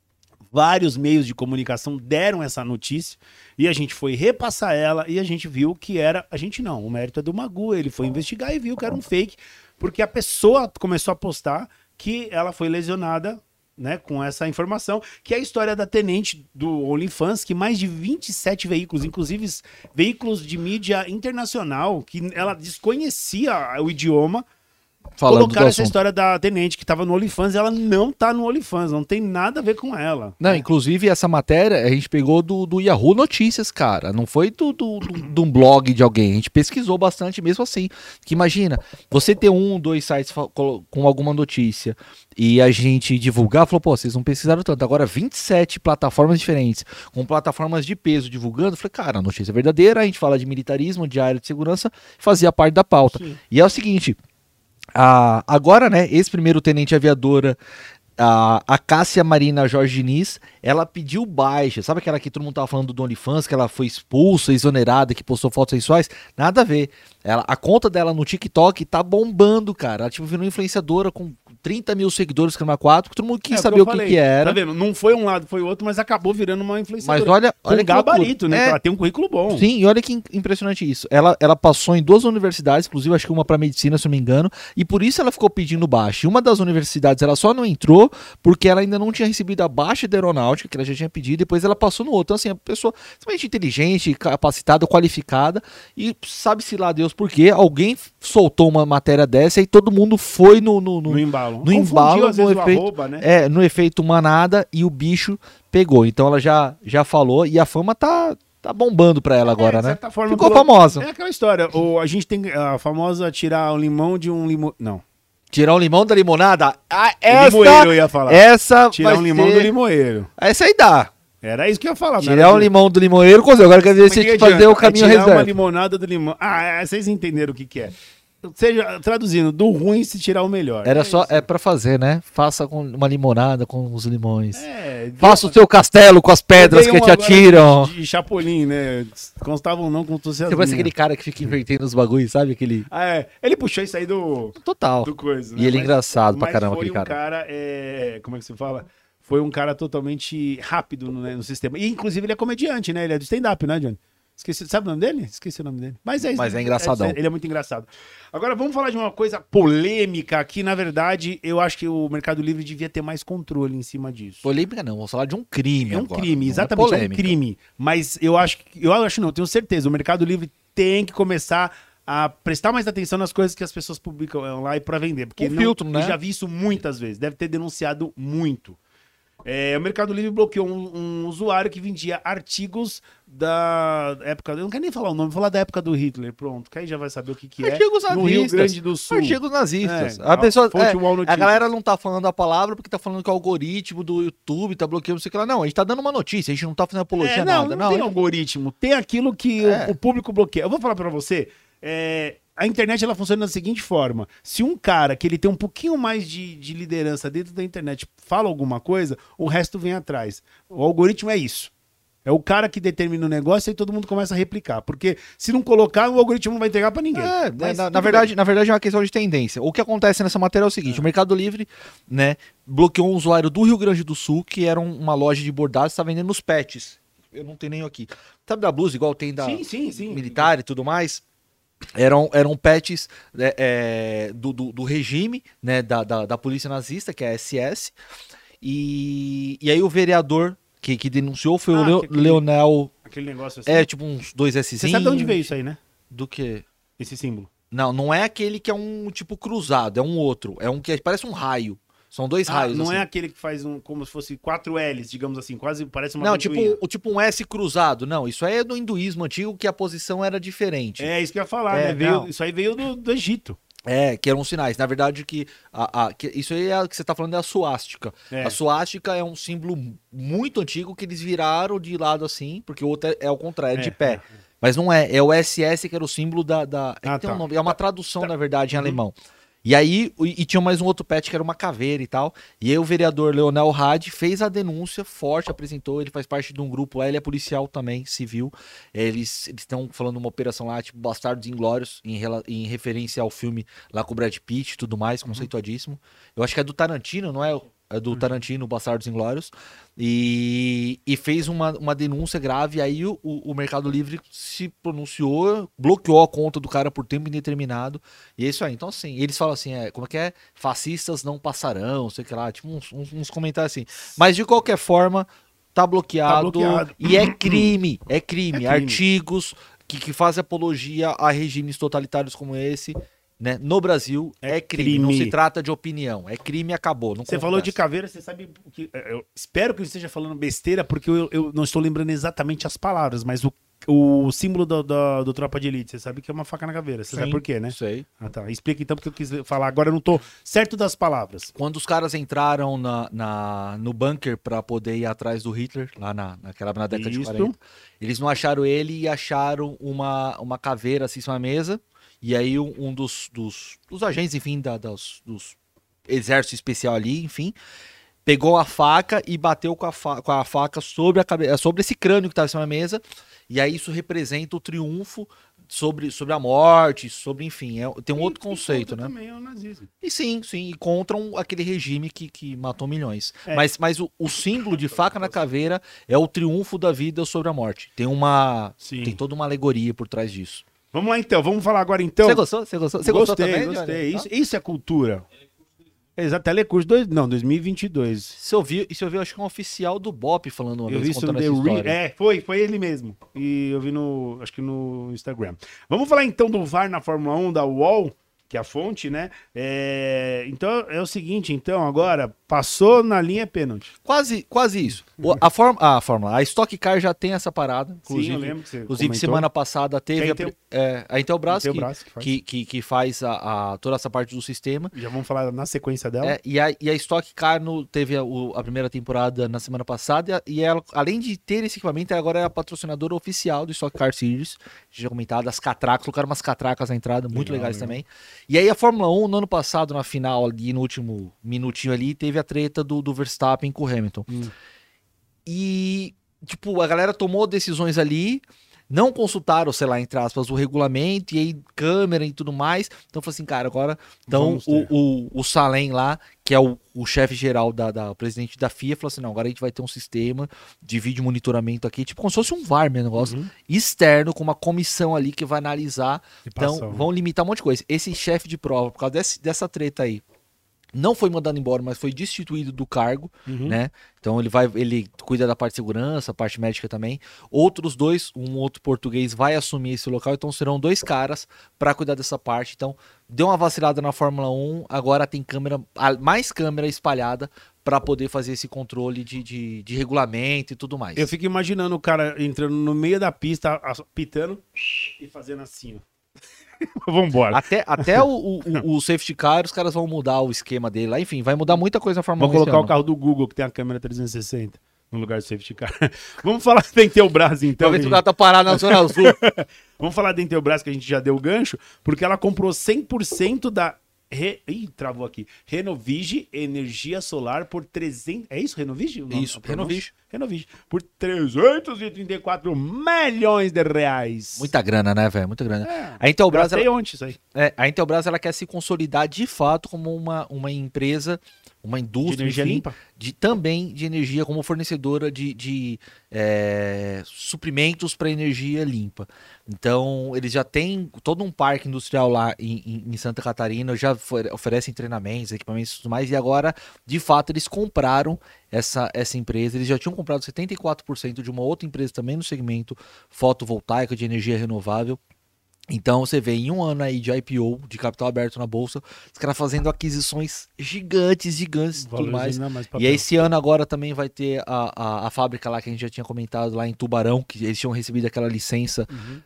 B: vários meios de comunicação deram essa notícia e a gente foi repassar ela e a gente viu que era... A gente não, o mérito é do Magu, ele foi investigar e viu que era um fake, porque a pessoa começou a postar que ela foi lesionada, né, com essa informação, que é a história da tenente do OnlyFans, que mais de vinte e sete veículos, inclusive veículos de mídia internacional, que ela desconhecia o idioma, Falando colocaram essa história da tenente que tava no OnlyFans, ela não tá no OnlyFans, não tem nada a ver com ela.
A: Não, inclusive essa matéria a gente pegou do, do Yahoo Notícias, cara, não foi do, do, do, de um blog de alguém, a gente pesquisou bastante mesmo assim, que imagina, você ter um, dois sites com alguma notícia e a gente divulgar, falou, pô, vocês não pesquisaram tanto, agora vinte e sete plataformas diferentes, com plataformas de peso divulgando, falei, cara, a notícia é verdadeira, a gente fala de militarismo, de área de segurança, fazia parte da pauta. Sim. E é o seguinte... Ah, agora, né, esse primeiro tenente aviadora, a, a Cássia Marina Jorge Diniz, ela pediu baixa. Sabe aquela que todo mundo tava falando do OnlyFans, que ela foi expulsa, exonerada, que postou fotos sensuais? Nada a ver. Ela, a conta dela no TikTok tá bombando, cara. Ela tipo, virou influenciadora com trinta mil seguidores, que era uma quatro, que todo mundo quis
B: É,
A: saber o que,
B: falei,
A: que era.
B: Tá vendo? Não foi um lado, foi o outro, mas acabou virando uma influenciadora.
A: Mas olha,
B: com
A: olha que
B: gabarito,
A: loucura.
B: né?
A: É,
B: Que ela tem um currículo bom.
A: sim, e olha que impressionante isso. Ela, ela passou em duas universidades, inclusive acho que uma para medicina, se eu não me engano, e por isso ela ficou pedindo baixa. E uma das universidades ela só não entrou porque ela ainda não tinha recebido a baixa de aeronáutica, que ela já tinha pedido, depois ela passou no outro. Então, assim, a pessoa extremamente inteligente, capacitada, qualificada, e sabe-se lá Deus por quê, alguém soltou uma matéria dessa e todo mundo foi no, no, no,
B: No embalo.
A: no embalo,
B: às vezes,
A: no
B: o
A: efeito,
B: arroba, né?
A: é, no efeito manada, e o bicho pegou. Então ela já, já falou e a fama tá, tá bombando pra ela agora,
B: É, de
A: né?
B: certa forma,
A: Ficou
B: pelo-
A: famosa.
B: É aquela história. O, a gente tem a famosa tirar o limão de um limão. Não.
A: Tirar um limão da limonada? Ah, essa,
B: Limoeiro eu ia falar.
A: essa
B: Tirar
A: vai
B: um limão
A: ser...
B: do limoeiro.
A: Essa aí dá.
B: Era isso que eu ia falar.
A: Tirar
B: nada
A: um
B: de-
A: limão do limoeiro, consegue. Agora eu quero ver
B: Mas
A: se
B: que
A: a gente
B: adianta?
A: fazer o
B: É
A: caminho
B: tirar uma
A: reserva.
B: limonada do limão. Ah, é, vocês entenderam o que que é. Seja, traduzindo, do ruim se tirar o melhor.
A: Era
B: é
A: só,
B: isso.
A: é pra fazer, né? Faça com uma limonada com os limões.
B: É,
A: Faça o seu castelo com as pedras
B: eu
A: que
B: dei um
A: te
B: agora
A: atiram.
B: De, de Chapolin, né? Constavam não com as
A: Você parece aquele cara que fica invertendo os bagulhos, sabe? Aquele...
B: Ah, é. Ele puxou isso aí do,
A: Total.
B: do coisa.
A: E ele é engraçado pra
B: mas
A: caramba,
B: foi
A: aquele
B: um
A: cara.
B: cara, é, como é que se fala? Foi um cara totalmente rápido no, né, no sistema. E inclusive ele é comediante, né? Ele é do stand-up, né, Johnny? Esqueci, sabe o nome dele? Esqueci o nome dele. Mas é isso.
A: Mas é engraçadão.
B: É, ele é muito engraçado. Agora vamos falar de uma coisa polêmica que, na verdade, eu acho que o Mercado Livre devia ter mais controle em cima disso.
A: Polêmica não, vamos falar de um crime
B: É um
A: agora.
B: crime,
A: Não
B: exatamente, é, um
A: polêmica.
B: crime. Mas eu acho que. Eu acho não, eu tenho certeza. O Mercado Livre tem que começar a prestar mais atenção nas coisas que as pessoas publicam lá e para vender. Porque
A: Um
B: não-
A: filtro, né?
B: eu já vi isso muitas vezes. Deve ter denunciado muito. É, o Mercado Livre bloqueou um, um usuário que vendia artigos da época. Eu não quero nem falar o nome, vou falar da época do Hitler. Pronto, que aí já vai saber o que, que é.
A: Artigos
B: No Rio
A: nazistas.
B: Grande do Sul.
A: Artigos nazistas.
B: É,
A: a, pessoa,
B: fonte
A: é,
B: Wall
A: a
B: Notícias.
A: galera não tá falando a palavra porque tá falando que o algoritmo do YouTube tá bloqueando, não sei o que lá. Não, a gente tá dando uma notícia, a gente não tá fazendo apologia
B: É,
A: a
B: não,
A: nada.
B: não,
A: Não,
B: tem algoritmo. Tem aquilo que
A: É.
B: o, o público bloqueia. Eu vou falar pra você. é, a internet ela funciona da seguinte forma: se um cara que ele tem um pouquinho mais de, de liderança dentro da internet fala alguma coisa, o resto vem atrás. O algoritmo é isso. É o cara que determina o negócio e todo mundo começa a replicar. Porque se não colocar, o algoritmo não vai entregar pra ninguém.
A: É,
B: Mas
A: na,
B: tudo
A: na verdade,
B: bem.
A: na verdade é uma questão de tendência. O que acontece nessa matéria é o seguinte: o Mercado Livre, né, bloqueou um usuário do Rio Grande do Sul que era um- uma loja de bordados, está vendendo os pets. Eu não tenho nenhum aqui. Sabe da blusa, igual tem da
B: Sim, sim, sim.
A: militar e tudo mais? Eram, eram pets é, é, do, do, do regime, né, da, da, da polícia nazista, que é a S S. E, e aí o vereador que, que denunciou foi
B: Ah,
A: o Leo-
B: que aquele-
A: Leonel.
B: Aquele negócio assim.
A: É, tipo uns dois S.
B: Você sabe de onde veio isso aí, né?
A: Do que?
B: Esse símbolo.
A: Não, não é aquele que é um tipo cruzado, é um outro. É um que parece um raio. São dois
B: Ah,
A: raios.
B: não
A: assim.
B: é aquele que faz um, como se fosse quatro L's, digamos assim, quase parece uma
A: Não,
B: ventoinha.
A: tipo, o- tipo um S cruzado. Não, isso aí é do hinduísmo antigo que a posição era diferente.
B: É isso que eu ia falar,
A: É,
B: né? Veio,
A: não.
B: isso aí veio do, do Egito.
A: É, que eram sinais. Na verdade, que, a, a- que isso aí é o que você tá falando é a suástica.
B: É.
A: A suástica é um símbolo muito antigo que eles viraram de lado assim, porque o outro é, é ao contrário, é de
B: É,
A: pé.
B: é.
A: Mas não é, é o S S que era o símbolo da. da é,
B: Ah,
A: que tem um
B: tá.
A: nome, é uma tradução,
B: Tá.
A: na verdade, em
B: Uhum.
A: alemão. E aí, e, e tinha mais um outro pet que era uma caveira e tal. E aí o vereador Leonel Hadi fez a denúncia forte, apresentou, ele faz parte de um grupo lá, ele é policial também, civil. Eles estão falando uma operação lá, tipo Bastardos Inglórios, em, rela- em referência ao filme lá com o Brad Pitt e tudo mais, conceituadíssimo. Eu acho que é do Tarantino, não é? É do Tarantino, Bastardos Inglórios. E, e fez uma, uma denúncia grave. Aí o, o Mercado Livre se pronunciou, bloqueou a conta do cara por tempo indeterminado. E é isso aí. Então, assim, eles falam assim: é, como é que é? Fascistas não passarão, sei que lá, tipo uns, uns, uns comentários assim. Mas de qualquer forma, tá bloqueado.
B: Tá bloqueado.
A: E é crime. É crime.
B: É crime.
A: Artigos que, que fazem apologia a regimes totalitários como esse. Né? No Brasil é,
B: É
A: crime. Não
B: crime.
A: se trata de opinião. É crime e acabou. Não
B: Você falou de
A: conversa.
B: caveira, você sabe o que. Eu espero que eu esteja falando besteira, porque eu, eu não estou lembrando exatamente as palavras, mas o, o símbolo do, do, do Tropa de Elite, você sabe que é uma faca na caveira. Você
A: Sim,
B: sabe por quê, né?
A: Sei.
B: Ah, tá. Explica então porque eu quis falar. Agora eu não tô certo das palavras.
A: Quando os caras entraram na, na- no bunker pra poder ir atrás do Hitler, lá na, naquela, na década de
B: Isso.
A: quarenta, eles não acharam ele e acharam uma, uma caveira assim em cima da mesa. E aí um, um dos, dos, dos agentes, enfim, da, das- dos exército especial ali, enfim, pegou a faca e bateu com a, fa com a faca sobre, a cabe sobre esse crânio que estava em cima da mesa, e aí isso representa o triunfo sobre, sobre a morte, sobre, enfim, é, tem um e, outro conceito, né?
B: Também é o nazismo.
A: E sim, sim, e contra um, aquele regime que, que matou milhões. É. Mas, mas o, o símbolo de faca na caveira é o triunfo da vida sobre a morte. Tem uma, sim. tem toda uma alegoria por trás disso.
B: Vamos lá então, vamos falar agora então.
A: Você gostou? Você gostou? Você
B: gostei,
A: gostou também?
B: Gostei, isso, isso é cultura. Exato, Telecurso, dois, não, dois mil e vinte e dois.
A: Você ouviu, isso eu vi, acho que é um oficial do B O P falando uma
B: eu
A: vez,
B: vi
A: contando
B: isso
A: essa
B: no
A: história.
B: É, foi, foi ele mesmo. E eu vi no, acho que no Instagram. Vamos falar então do V A R na Fórmula um, da U O L, que é a fonte, né? É, então é o seguinte, então, agora, passou na linha pênalti.
A: Quase, quase isso. O, a, form, a Fórmula, a Stock Car já tem essa parada. Inclusive,
B: Sim, eu lembro que você
A: Inclusive,
B: comentou.
A: semana passada teve a,
B: Intel,
A: é, a Intelbras,
B: Intelbras
A: que, que, que, que faz a, a, toda essa parte do sistema.
B: Já vamos falar na sequência dela.
A: É, e, a, e a Stock Car no, teve a, o, a primeira temporada na semana passada, e ela, além de ter esse equipamento, ela agora é a patrocinadora oficial do Stock Car Series. Já comentado, as catracas, colocaram umas catracas na entrada, muito legal, legais legal. também. E aí a Fórmula um, no ano passado, na final, ali, no último minutinho ali, teve a treta do, do Verstappen com o Hamilton. Hum. E, tipo, a galera tomou decisões ali, não consultaram, sei lá, entre aspas, o regulamento, e aí câmera e tudo mais. Então, falou assim, cara, agora... Então, o, o, o Salem lá, que é o, o chefe geral, da, da o presidente da F I A, falou assim, não, agora a gente vai ter um sistema de vídeo monitoramento aqui, tipo, como se fosse um V A R, meu negócio, uhum. externo, com uma comissão ali que vai analisar. E então, passou, vão limitar um monte de coisa. Esse chefe de prova, por causa desse, dessa treta aí, não foi mandado embora, mas foi destituído do cargo, uhum. né? Então ele vai, ele cuida da parte de segurança, parte médica também. Outros dois, um outro português vai assumir esse local, então serão dois caras para cuidar dessa parte. Então deu uma vacilada na Fórmula um, agora tem câmera, mais câmera espalhada para poder fazer esse controle de, de, de regulamento e tudo mais.
B: Eu fico imaginando o cara entrando no meio da pista, pitando e fazendo assim, ó. Vambora.
A: Até, até o, o, o safety car, os caras vão mudar o esquema dele lá. Enfim, vai mudar muita coisa na Fórmula um.
B: Vamos colocar o carro do Google, que tem a câmera trezentos e sessenta, no lugar do safety car. Vamos falar da Intelbras, então.
A: Pra ver se o cara tá parado na Zona Azul.
B: Vamos falar da Intelbras, que a gente já deu o gancho, porque ela comprou cem por cento da... Re... Ih, travou aqui. Renovige Energia Solar por trezentos... É isso, Renovige?
A: Isso, Renovige.
B: Renovige. Por trezentos e trinta e quatro milhões de reais.
A: Muita grana, né, velho? Muita grana.
B: É,
A: a Intelbras,
B: ela...
A: ela...
B: ontem isso aí.
A: É, a Intelbras, ela quer se consolidar de fato como uma, uma empresa, uma indústria
B: de energia
A: enfim,
B: limpa,
A: de, também de energia, como fornecedora de, de é, suprimentos para energia limpa. Então, eles já têm todo um parque industrial lá em, em Santa Catarina, já oferecem treinamentos, equipamentos e tudo mais, e agora, de fato, eles compraram essa, essa empresa. Eles já tinham comprado setenta e quatro por cento de uma outra empresa também no segmento fotovoltaico de energia renovável. Então você vê em um ano aí de I P O, de capital aberto na bolsa, os caras fazendo aquisições gigantes, gigantes e tudo mais. mais e esse ano agora também vai ter a, a, a fábrica lá que a gente já tinha comentado lá em Tubarão, que eles tinham recebido aquela licença uhum.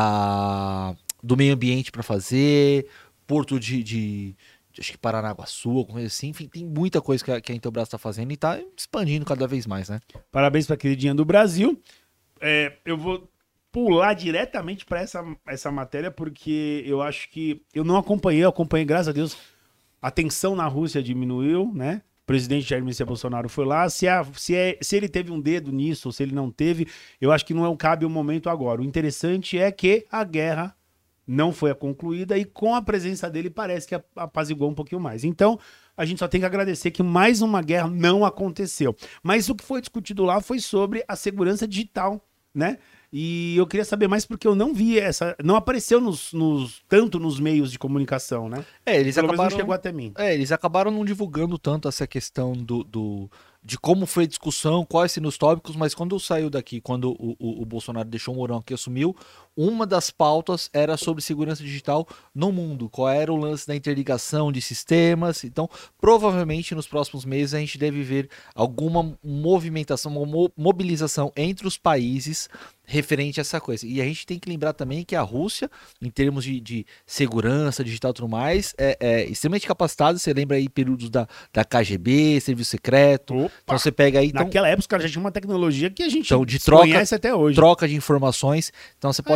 A: da, do meio ambiente para fazer, porto de, de, de acho que Paranaguaçu, alguma coisa assim. Enfim, tem muita coisa que a, que a Intelbras está fazendo e está expandindo cada vez mais, né?
B: Parabéns para a queridinha do Brasil. É, eu vou pular diretamente para essa, essa matéria, porque eu acho que eu não acompanhei, eu acompanhei, graças a Deus, a tensão na Rússia diminuiu, né? O presidente Jair Messias Bolsonaro foi lá, se, a, se, é, se ele teve um dedo nisso, ou se ele não teve, eu acho que não é, cabe o momento agora. O interessante é que a guerra não foi concluída e com a presença dele parece que apaziguou um pouquinho mais. Então, a gente só tem que agradecer que mais uma guerra não aconteceu. Mas o que foi discutido lá foi sobre a segurança digital, né? E eu queria saber mais porque eu não vi essa... Não apareceu nos, nos, tanto nos meios de comunicação, né?
A: É, eles
B: Pelo
A: acabaram...
B: não chegou até mim.
A: É, eles acabaram não divulgando tanto essa questão do... do... de como foi a discussão, quais seriam os tópicos, mas quando saiu daqui, quando o, o, o Bolsonaro deixou o Mourão aqui, assumiu, uma das pautas era sobre segurança digital no mundo, qual era o lance da interligação de sistemas. Então, provavelmente nos próximos meses a gente deve ver alguma movimentação, uma mobilização entre os países referente a essa coisa. E a gente tem que lembrar também que a Rússia, em termos de, de segurança digital e tudo mais, é, é extremamente capacitada. Você lembra aí períodos da, da K G B, serviço secreto.
B: Opa.
A: Então você pega aí... Então,
B: naquela época os caras já tinham uma tecnologia que a gente
A: então, de troca,
B: conhece até hoje.
A: Troca de informações. Então você pode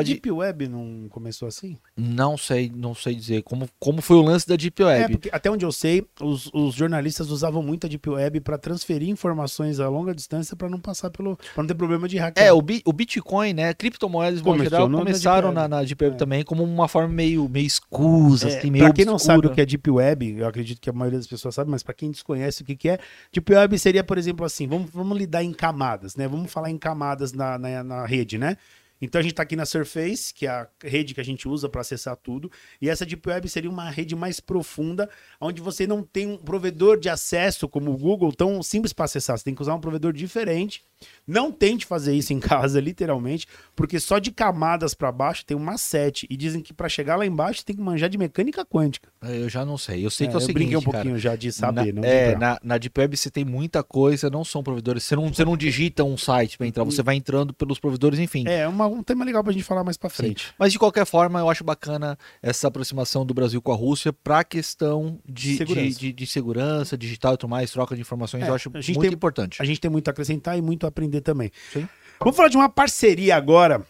A: de...
B: Deep Web não começou assim?
A: Não sei, não sei dizer. Como, como foi o lance da Deep Web?
B: É, porque até onde eu sei, os, os jornalistas usavam muito a Deep Web para transferir informações a longa distância para não passar pelo... para não ter problema de hacker.
A: É, o, bi, o Bitcoin, né? Criptomoedas, no geral,
B: no,
A: começaram na, na Deep Web é. também como uma forma meio, meio escusa,
B: é,
A: assim, meio
B: Pra quem
A: obscura.
B: não sabe o que é Deep Web, eu acredito que a maioria das pessoas sabe, mas para quem desconhece o que, que é, Deep Web seria, por exemplo, assim, vamos, vamos lidar em camadas, né? Vamos falar em camadas na, na, na rede, né? Então a gente está aqui na Surface, que é a rede que a gente usa para acessar tudo, e essa Deep Web seria uma rede mais profunda, onde você não tem um provedor de acesso como o Google tão simples para acessar, você tem que usar um provedor diferente. Não tente fazer isso em casa, literalmente, porque só de camadas para baixo tem uma sete, e dizem que para chegar lá embaixo tem que manjar de mecânica quântica.
A: Eu já não sei, eu sei
B: é,
A: que é o
B: eu
A: seguinte,
B: brinquei um pouquinho
A: cara,
B: já de saber,
A: na,
B: não
A: é,
B: de
A: na, na Deep Web você tem muita coisa, não são provedores, você não, você não digita um site para entrar, você vai entrando pelos provedores, enfim.
B: É, uma, um tema legal pra gente falar mais pra frente.
A: Sim. Mas de qualquer forma, eu acho bacana essa aproximação do Brasil com a Rússia para a questão de segurança. De, de, de segurança, digital e tudo mais, troca de informações,
B: é,
A: eu acho muito
B: tem,
A: importante.
B: A gente tem muito a acrescentar e muito a aprender também.
A: Sim.
B: Vamos falar de uma parceria agora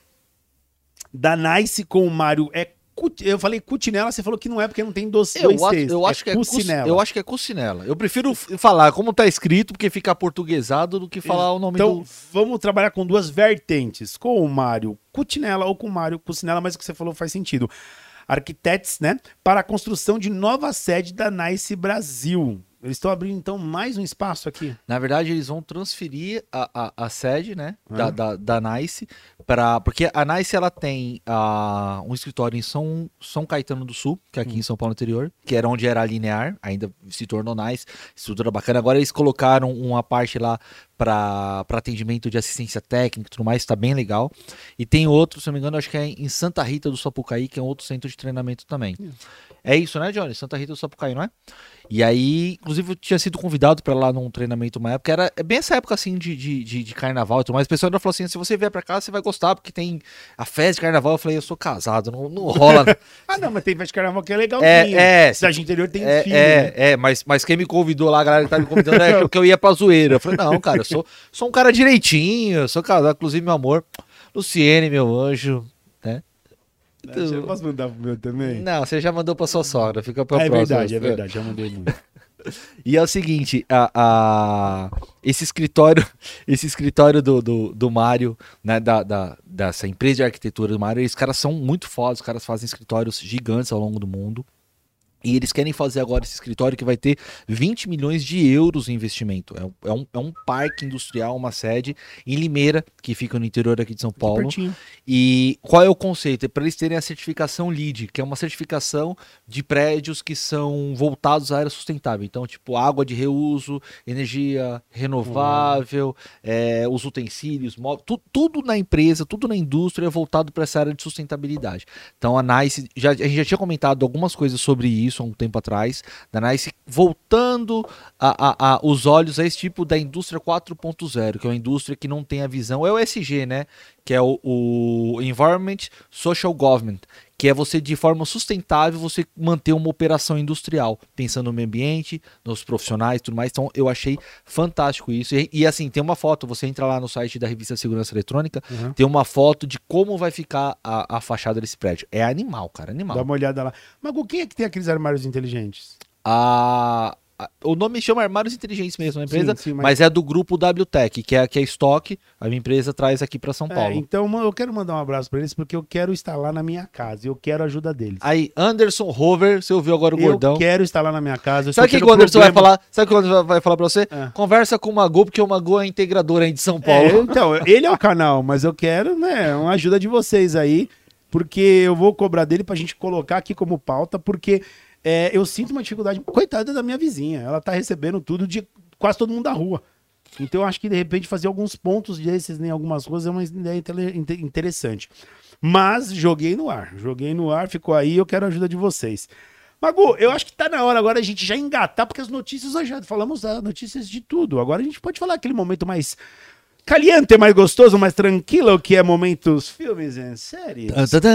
B: da Nice com o Mário. É, eu falei Cutinella, você falou que não é porque não tem doce.
A: Eu, acho, eu, acho é que é Cucinella. Eu acho que é Cucinella. Eu prefiro falar como tá escrito, porque fica portuguesado, do que falar
B: então,
A: o nome
B: então,
A: do...
B: vamos trabalhar com duas vertentes, com o Mário Cutinella ou com o Mário Cucinella, mas o que você falou faz sentido. Arquitetos, né? Para a construção de nova sede da Nice Brasil. Eles estão abrindo, então, mais um espaço aqui.
A: Na verdade, eles vão transferir a, a, a sede, né,
B: ah.
A: da, da, da Nice, para porque a Nice ela tem uh, um escritório em São, São Caetano do Sul, que é aqui hum. em São Paulo anterior, que era onde era a Linear, ainda se tornou Nice, estrutura bacana. Agora eles colocaram uma parte lá para atendimento de assistência técnica e tudo mais, está bem legal. E tem outro, se não me engano, acho que é em Santa Rita do Sapucaí, que é um outro centro de treinamento também. Hum. É isso, né, Johnny? Santa Rita do Sapucaí, não é? E aí, inclusive, eu tinha sido convidado para lá num treinamento uma época, era bem essa época assim de, de, de, de carnaval e tudo mais. O pessoal ainda falou assim: se você vier para cá, você vai gostar, porque tem a festa de carnaval. Eu falei: eu sou casado, não, não rola.
B: Ah, não, mas tem festa de carnaval que é legalzinho.
A: É, é.
B: Cidade interior tem
A: é,
B: filho.
A: É,
B: né?
A: é, mas, mas quem me convidou lá, a galera que tá me convidando, é que eu ia pra zoeira. Eu falei: não, cara, eu sou, sou um cara direitinho, eu sou casado, inclusive, meu amor, Luciene, meu anjo, né?
B: Então, eu posso mandar pro meu também?
A: Não, você já mandou pra sua sogra, fica pra
B: ah, é
A: próxima.
B: verdade, é verdade, já mandei muito.
A: E é o seguinte, a, a, esse escritório, esse escritório do, do, do Mário, né, da, da, dessa empresa de arquitetura do Mário, esses caras são muito fodas, os caras fazem escritórios gigantes ao longo do mundo. E eles querem fazer agora esse escritório que vai ter vinte milhões de euros em investimento. É, é, um, é um parque industrial, uma sede em Limeira, que fica no interior aqui de São Paulo. E qual é o conceito? É para eles terem a certificação LEED, que é uma certificação de prédios que são voltados à área sustentável. Então, tipo, água de reuso, energia renovável, uhum. é, os utensílios, móveis, tu, tudo na empresa, tudo na indústria é voltado para essa área de sustentabilidade. Então, a Nice, já, a gente já tinha comentado algumas coisas sobre isso há um tempo atrás, da Nice voltando a, a, a, os olhos a esse tipo da indústria quatro ponto zero, que é uma indústria que não tem a visão, é o E S G, né? Que é o, o Environment Social Government, que é você, de forma sustentável, você manter uma operação industrial, pensando no meio ambiente, nos profissionais e tudo mais. Então, eu achei fantástico isso. E, e assim, tem uma foto, você entra lá no site da Revista Segurança Eletrônica, uhum. tem uma foto de como vai ficar a, a fachada desse prédio. É animal, cara, animal.
B: Dá uma olhada lá. Mas quem é que tem aqueles armários inteligentes?
A: A... O nome chama Armários Inteligentes mesmo, a empresa,
B: sim, sim, mas...
A: mas é do grupo W Tech, que é, que é estoque, a minha empresa traz aqui para São Paulo.
B: É, então eu quero mandar um abraço para eles, porque eu quero instalar na minha casa, eu quero a ajuda deles.
A: Aí, Anderson Rover, você ouviu agora o
B: eu
A: gordão.
B: Eu quero instalar na minha casa.
A: Sabe o que, que o Anderson problema... vai falar? Sabe o que o Anderson vai falar para você? É. Conversa com o Mago, porque o Mago é integrador aí de São Paulo.
B: É, então, ele é o canal, mas eu quero, né, uma ajuda de vocês aí, porque eu vou cobrar dele pra gente colocar aqui como pauta, porque... É, eu sinto uma dificuldade, coitada da minha vizinha, ela tá recebendo tudo de quase todo mundo da rua. Então eu acho que de repente fazer alguns pontos desses em algumas coisas é uma ideia interessante. Mas joguei no ar, joguei no ar, ficou aí, eu quero a ajuda de vocês. Magu, eu acho que tá na hora agora a gente já engatar, porque as notícias, nós já falamos das notícias de tudo. Agora a gente pode falar aquele momento mais caliente, mais gostoso, mais tranquilo, que é momentos filmes e séries.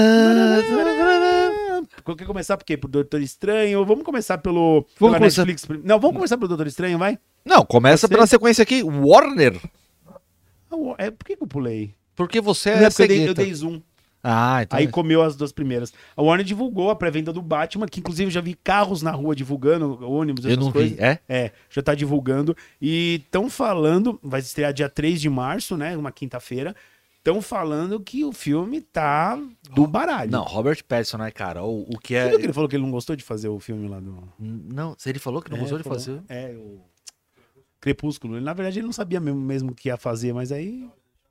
B: Quer começar por quê? Por Doutor Estranho? Vamos começar pelo
A: vamos começar...
B: Netflix? Não, vamos começar pelo Doutor Estranho, vai?
A: Não, começa pela sequência aqui, Warner.
B: Ah, é, por que, que eu pulei?
A: Porque você é,
B: é porque eu, dei, eu dei zoom.
A: Ah, então.
B: Aí comeu as duas primeiras. A Warner divulgou a pré-venda do Batman, que inclusive eu já vi carros na rua divulgando, ônibus,
A: eu
B: essas
A: não
B: coisas.
A: vi, é?
B: É, já tá divulgando. E estão falando, vai estrear dia três de março, né? Uma quinta-feira. Estão falando que o filme tá do baralho.
A: Não, Robert Pattinson, né, cara? O, o que
B: Você
A: é.
B: viu que ele falou que ele não gostou de fazer o filme lá do.
A: Não, ele falou que não
B: É,
A: gostou de
B: falou.
A: fazer.
B: É, o Crepúsculo. Ele, na verdade, ele não sabia mesmo, mesmo que ia fazer, mas aí.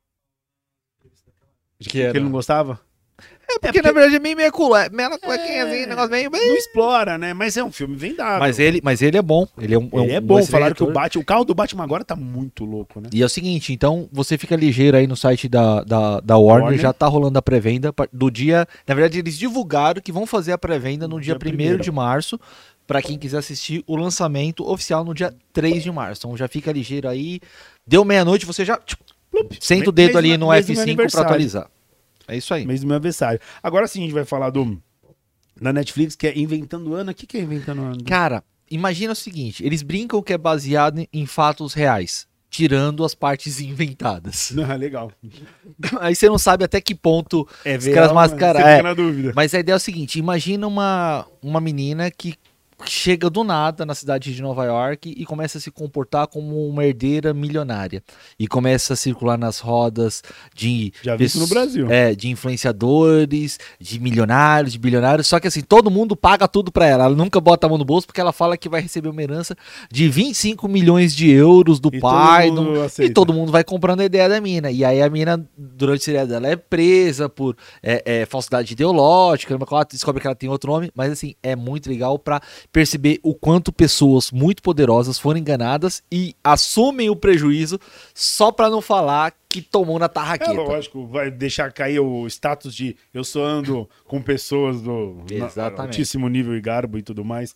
A: Que
B: Que
A: era.
B: ele não gostava?
A: É porque, na verdade, é meio meio cool. É meio cuequinha assim, negócio meio.
B: Não explora, né? Mas é um filme vendável.
A: Mas ele, mas ele é bom. Ele é um.
B: Ele
A: um
B: é bom.
A: excelente
B: Falaram que o,
A: ator.
B: Batman, o carro do Batman agora tá muito louco, né?
A: E é o seguinte, então você fica ligeiro aí no site da, da, da Warner,
B: Warner.
A: já tá rolando a pré-venda do dia. Na verdade, eles divulgaram que vão fazer a pré-venda no dia
B: Dia
A: primeiro
B: primeiro.
A: de março, pra quem quiser assistir o lançamento oficial no dia três de março. Então já fica ligeiro aí. Deu meia-noite, você já tipo,
B: Plup.
A: senta o
B: Mês-
A: dedo ali
B: mês-
A: no
B: mês do
A: F
B: meu
A: cinco pra
B: aniversário.
A: atualizar. É isso aí.
B: Mês do meu aniversário. Agora sim a gente vai falar do. Na Netflix, que é Inventando Ana. O que, que é Inventando Ana?
A: Cara, imagina o seguinte, eles brincam que é baseado em- em fatos reais, tirando as partes inventadas.
B: Ah, legal.
A: Aí você não sabe até que ponto
B: É
A: os caras mascaram.
B: Você
A: É.
B: fica na dúvida.
A: Mas a ideia é o seguinte, imagina uma, uma menina que chega do nada na cidade de Nova York e começa a se comportar como uma herdeira milionária. E começa a circular nas rodas de...
B: Já vi isso no Brasil.
A: É, de influenciadores, de milionários, de bilionários. Só que assim, todo mundo paga tudo pra ela. Ela nunca bota a mão no bolso porque ela fala que vai receber uma herança de vinte e cinco milhões de euros do
B: E
A: pai.
B: todo mundo
A: do- E
B: aceita.
A: todo mundo vai comprando a ideia da mina. E aí a mina, durante a série dela, é presa por é, é, falsidade ideológica. Ela descobre que ela tem outro nome. Mas assim, é muito legal pra perceber o quanto pessoas muito poderosas foram enganadas e assumem o prejuízo só pra não falar que tomou na
B: É
A: tarraqueta.
B: lógico, vai deixar cair o status de eu só ando com pessoas do na-
A: Exatamente.
B: altíssimo nível e garbo e tudo mais.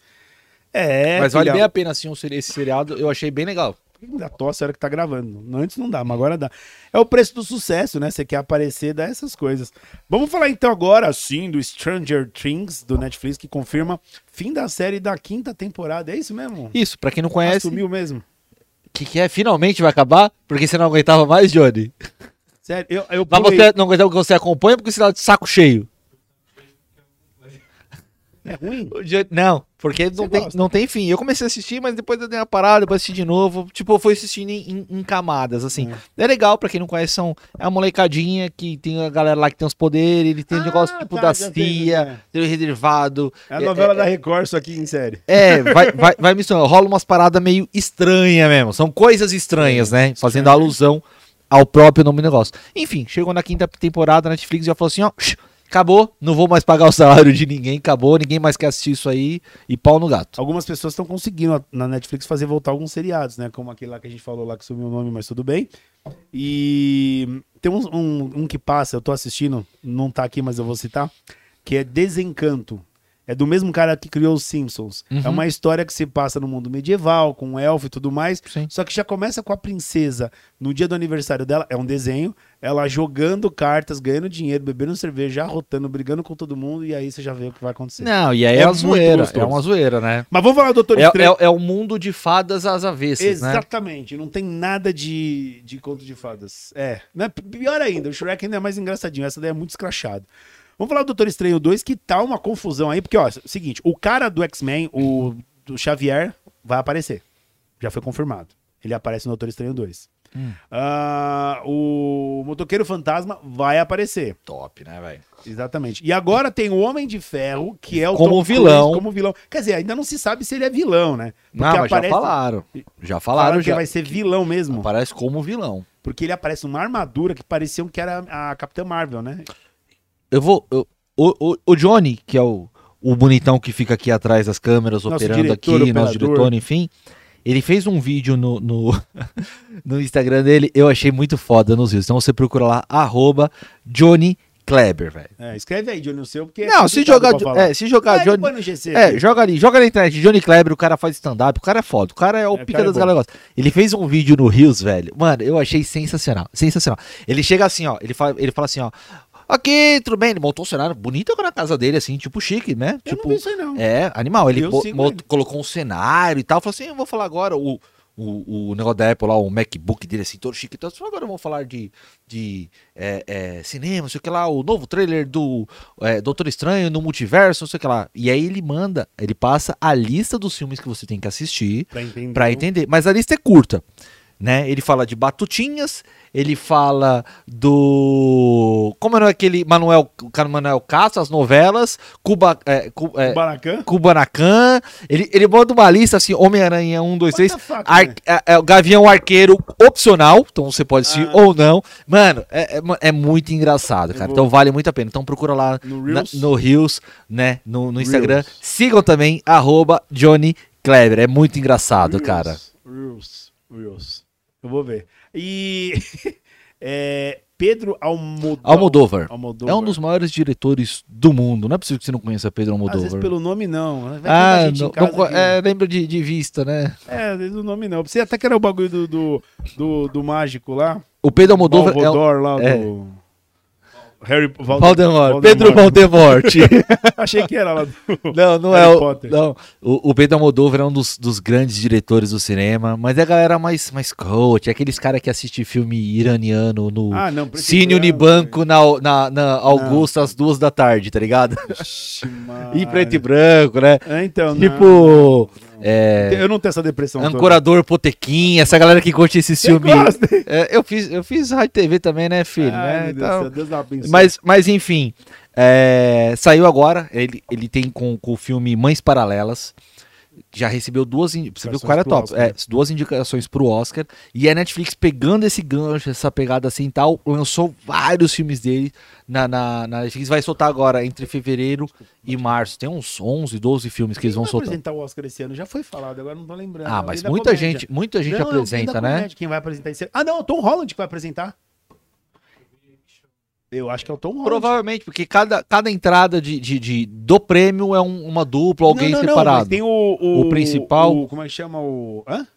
B: É,
A: Mas vale
B: filha,
A: bem a pena assim, um seri- esse seriado, eu achei bem legal.
B: Da tosse a hora que tá gravando. Antes não dá, mas agora dá. É o preço do sucesso, né? Você quer aparecer, dá essas coisas. Vamos falar então agora, sim, do Stranger Things, do Netflix, que confirma fim da série da quinta temporada. É isso mesmo?
A: Isso, pra quem não conhece, o
B: Assumiu mesmo.
A: que, que é? Finalmente vai acabar? Porque você não aguentava mais, Johnny?
B: Sério, eu, eu
A: Mas
B: pulei.
A: você não aguentava porque você acompanha porque você tá de saco cheio?
B: É ruim?
A: O Johnny- Não, porque não
B: Você
A: tem,
B: gosta?
A: não tem fim. Eu comecei a assistir, mas depois eu dei uma parada, depois assisti de novo. Tipo, eu fui assistindo em, em- em camadas, assim. É. legal, pra quem não conhece, são, é uma molecadinha que tem a galera lá que tem os poderes, ele tem o
B: Ah,
A: negócio tipo
B: tá,
A: da
B: já sei,
A: cia,
B: né?
A: tem o reservado.
B: É a novela da Record, isso aqui em série.
A: É, vai, vai, vai misturando. Rola umas paradas meio estranhas mesmo. São coisas estranhas, né? Fazendo alusão ao próprio nome do negócio. Enfim, chegou na quinta temporada, a Netflix já falou assim, ó, acabou, não vou mais pagar o salário de ninguém, acabou, ninguém mais quer assistir isso aí e pau no gato.
B: Algumas pessoas estão conseguindo na Netflix fazer voltar alguns seriados, né? Como aquele lá que a gente falou lá que sumiu o nome, mas tudo bem. E tem um, um, um que passa, eu tô assistindo, não tá aqui, mas eu vou citar, que é Desencanto. É do mesmo cara que criou os Simpsons.
A: Uhum.
B: É uma história que se passa no mundo medieval, com um elfo e tudo mais.
A: Sim.
B: Só que já começa com a princesa, no dia do aniversário dela, é um desenho, ela jogando cartas, ganhando dinheiro, bebendo cerveja, arrotando, brigando com todo mundo, e aí você já vê o que vai acontecer.
A: Não, e aí é,
B: É
A: uma
B: muito
A: zoeira,
B: gostoso.
A: é uma zoeira, né?
B: Mas vamos falar do Doutor
A: É,
B: Estranho.
A: é, é o mundo de fadas às avessas, né?
B: Exatamente, não tem nada de, de conto de fadas. É, né? Pior ainda, o Shrek ainda é mais engraçadinho, essa daí é muito escrachado. Vamos falar do Doutor Estranho dois, que tá uma confusão aí, porque, ó, é o seguinte, o cara do X-Men, o do Xavier, vai aparecer. Já foi confirmado. Ele aparece no Doutor Estranho dois.
A: Hum.
B: Ah, o Motoqueiro Fantasma vai aparecer.
A: Top, né, velho?
B: Exatamente. E agora tem o Homem de Ferro, que é o
A: Como
B: Tom
A: vilão.
B: Cruise como vilão. Quer dizer, ainda não se sabe se ele é vilão, né?
A: Não, mas já falaram. Já
B: Falaram
A: falaram,
B: que
A: já.
B: vai ser vilão mesmo.
A: Aparece como vilão.
B: Porque ele aparece numa armadura que parecia que era a Capitã Marvel, né?
A: Eu vou... eu- o, o, o Johnny, que é o, o bonitão que fica aqui atrás das câmeras,
B: Nosso
A: operando
B: diretor,
A: aqui, nosso
B: operador.
A: diretor, enfim... Ele fez um vídeo no, no, no Instagram dele, eu achei muito foda nos vídeos. Então você procura lá, arroba Johnny Kleber, velho.
B: É, escreve aí, Johnny, o seu, porque...
A: Não,
B: é
A: se
B: complicado
A: jogar,
B: pra falar.
A: é, se jogar
B: Ah,
A: Johnny...
B: põe no G C
A: É,
B: aqui.
A: joga ali, joga na internet, Johnny Kleber, o cara faz stand-up, o cara é foda, o cara é o
B: É, o
A: pica
B: cara é
A: das
B: bom.
A: galera. Ele fez um vídeo no Rios, velho, mano, eu achei sensacional, sensacional. Ele chega assim, ó, ele fala, ele fala assim, ó, ok, tudo bem, ele montou um cenário bonito na casa dele, assim, tipo chique, né?
B: Eu
A: Tipo,
B: não vi isso aí, não.
A: é, animal, ele
B: Eu
A: bo-
B: sigo
A: mo-
B: ele.
A: colocou um cenário e tal, falou assim, eu vou falar agora, o, o, o negócio da Apple lá, o MacBook dele assim, todo chique. Então, agora vamos falar de, de é, é, cinema, não sei o que lá, o novo trailer do é, Doutor Estranho no Multiverso, não sei o que lá. E aí ele manda, ele passa a lista dos filmes que você tem que assistir
B: Pra entender.
A: pra entender. Mas a lista é curta. Né? Ele fala de Batutinhas, ele fala do... Como é aquele Manuel, Manuel Castro, as novelas, Cuba, é, Cu, é,
B: Kubanacan?
A: Kubanacan, ele, ele bota uma lista assim, Homem-Aranha um, dois, três,
B: fuck,
A: Ar, é, é, o Gavião Arqueiro opcional, então você pode assistir
B: Ah.
A: ou não. Mano, é, é, é muito engraçado, cara,
B: vou-
A: então vale muito a pena. Então procura lá
B: No
A: na-
B: Reels?
A: no Reels, né, no, no Instagram.
B: Reels.
A: Sigam também, arroba Johnny Kleber, é muito engraçado, cara.
B: Reels, Reels. Eu vou ver. E é, Pedro Almodóvar.
A: Almodóvar.
B: Almodóvar.
A: É um dos maiores diretores do mundo. Não é possível que você não conheça Pedro
B: Às vezes
A: Almodóvar.
B: pelo nome não. Vai ter
A: Ah,
B: gente em
A: não,
B: casa
A: não,
B: que-
A: é, lembra de, de vista, né?
B: É, às vezes o nome não. Você até que era o bagulho do, do, do, do mágico lá.
A: O Pedro Almodóvar é, um-
B: Balvador lá
A: é.
B: do... Harry Val-
A: Valdemort, Pedro Valdemort.
B: Achei que era lá do...
A: Não, não
B: Harry
A: é o,
B: Potter.
A: não. O, o Pedro Almodóvar é um dos, dos grandes diretores do cinema, mas é a galera mais, mais coach, é aqueles caras que assistem filme iraniano no
B: Ah, não. preto e
A: Cine
B: branco.
A: Unibanco na, na, na Augusta às duas da tarde, tá ligado?
B: Ixi, mano.
A: E preto e branco, né?
B: É, então, não.
A: Tipo, é,
B: Eu não tenho essa depressão toda.
A: Ancorador Potequim, essa galera que curte esse
B: Você
A: filme.
B: gosta?
A: É, eu fiz, eu fiz rádio T V também, né, filho?
B: Ai,
A: né?
B: meu Deus
A: Então,
B: do céu, Deus abençoe.
A: mas, mas enfim, é, saiu agora. Ele, ele tem com, com o filme Mães Paralelas. Já recebeu duas. in- Você viu que o cara é
B: Indicações pro
A: top.
B: Oscar,
A: É,
B: né?
A: duas indicações pro Oscar. E a Netflix, pegando esse gancho, essa pegada assim e tal, lançou vários filmes dele na, na, na Netflix. Vai soltar agora entre fevereiro e março. Tem uns onze, doze filmes que eles
B: Quem
A: vão
B: vai
A: soltar.
B: apresentar o Oscar esse ano? Já foi falado, agora não tô lembrando.
A: Ah,
B: Alguém
A: mas
B: da
A: muita
B: comédia.
A: gente, muita gente
B: Não, alguém
A: apresenta,
B: da
A: né?
B: comédia, quem vai apresentar esse ano? Ah, não, é o Tom Holland que vai apresentar. Eu acho que é o Tom Holland.
A: Provavelmente, porque cada, cada entrada de, de, de- do prêmio é um- uma dupla, alguém
B: não, não, não,
A: separado.
B: mas tem o, o,
A: O principal-
B: o- como é que chama o... Hã?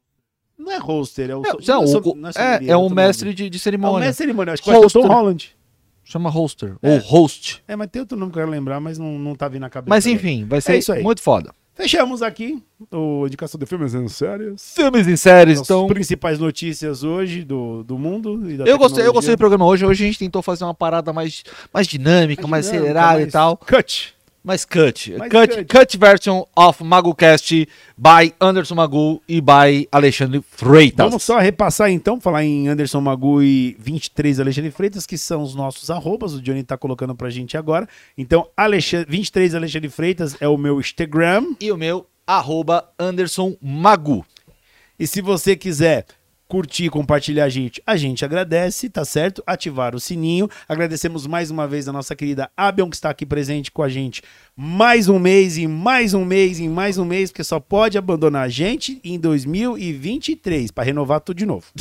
B: Não é roster, é o...
A: É,
B: so-
A: não,
B: é,
A: o-
B: so- não
A: é,
B: sommelier,
A: é um
B: outro
A: mestre
B: nome.
A: de, de
B: É um
A: cerimônia.
B: mestre de cerimônia, acho que vai ser o Tom
A: Hoster.
B: Holland.
A: Chama hoster.
B: É.
A: Ou host.
B: É, mas tem outro nome que eu quero lembrar, mas não, não tá vindo na cabeça.
A: Mas
B: agora.
A: enfim, vai ser
B: isso aí.
A: muito foda.
B: Fechamos aqui o Indicação de Filmes em Séries.
A: Filmes em séries,
B: As
A: então.
B: principais notícias hoje do, do mundo e da
A: Eu gostei, eu gostei
B: tecnologia.
A: do programa hoje. Hoje a gente tentou fazer uma parada mais, mais dinâmica, mais,
B: dinâmica,
A: acelerada
B: mais
A: e tal.
B: Cut.
A: Mais cut.
B: Mais
A: cut,
B: cut.
A: cut version of MaguCast by Anderson Magu e by Alexandre Freitas.
B: Vamos só repassar então, falar em Anderson Magu e vinte e três Alexandre Freitas, que são os nossos arrobas, o Johnny tá colocando pra gente agora. Então, Alexandre, vinte e três Alexandre Freitas é o meu Instagram.
A: E o meu, arroba Anderson Magu.
B: E se você quiser curtir, compartilhar a gente, a gente agradece, tá certo? Ativar o sininho. Agradecemos mais uma vez a nossa querida Abion, que está aqui presente com a gente mais um mês e mais um mês e mais um mês, porque só pode abandonar a gente em dois mil e vinte e três para renovar tudo de novo.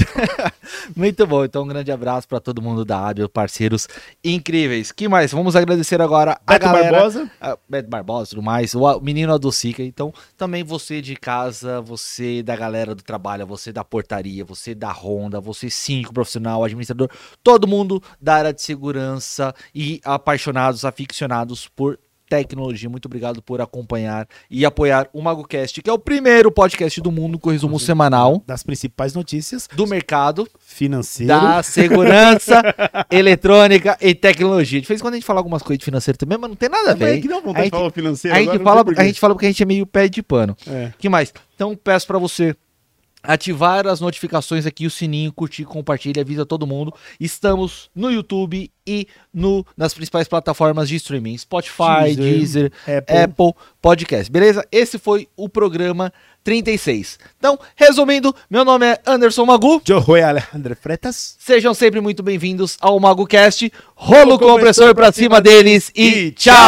A: Muito bom, então um grande abraço para todo mundo da Abel, parceiros incríveis. Que mais? Vamos agradecer agora a
B: Beto
A: galera.
B: Barbosa.
A: a Beto Barbosa e tudo mais, o a- o menino Adocica. Então, também você de casa, você da galera do trabalho, você da portaria, você da Honda, você síndico profissional, administrador, todo mundo da área de segurança e apaixonados, aficionados por tecnologia. Muito obrigado por acompanhar e apoiar o MagoCast, que é o primeiro podcast do mundo com resumo semanal
B: Das principais notícias
A: do mercado
B: financeiro.
A: da segurança eletrônica e tecnologia. De vez em quando a gente fala algumas coisas de financeiro também, mas não tem nada a ver.
B: Mas é que não vontade
A: a
B: de falar
A: gente,
B: financeiro
A: a gente
B: agora, não
A: fala,
B: sei por quê.
A: a gente fala porque a gente é meio pé de pano.
B: É.
A: Que mais? Então peço pra você ativar as notificações aqui, o sininho, curtir, compartilha, avisa todo mundo. Estamos no YouTube e no, nas principais plataformas de streaming, Spotify,
B: Deezer,
A: Deezer,
B: Apple.
A: Apple Podcast. Beleza? Esse foi o programa trinta e seis. Então, resumindo, meu nome é Anderson Magu.
B: Eu sou Alejandro Freitas.
A: Sejam sempre muito bem-vindos ao MagoCast. Rolo compressor pra cima deles e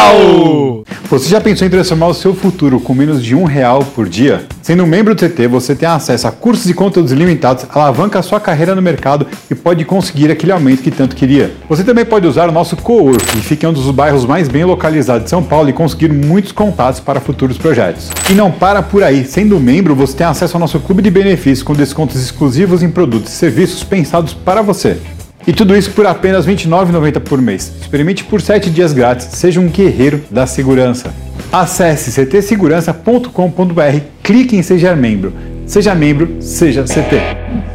A: tchau!
C: Você já pensou em transformar o seu futuro com menos de um real por dia? Sendo um membro do T T, você tem acesso a cursos e conteúdos ilimitados, alavanca a sua carreira no mercado e pode conseguir aquele aumento que tanto queria. Você também pode usar o nosso Cowork, que fica em um dos bairros mais bem localizados de São Paulo, e conseguir muitos contatos para futuros projetos. E não para por aí, sendo membro, você tem acesso ao nosso clube de benefícios com descontos exclusivos em produtos e serviços pensados para você. E tudo isso por apenas vinte e nove reais e noventa centavos por mês. Experimente por sete dias grátis, seja um guerreiro da segurança. Acesse c t segurança ponto com ponto b r, clique em Seja Membro. Seja membro, seja C T.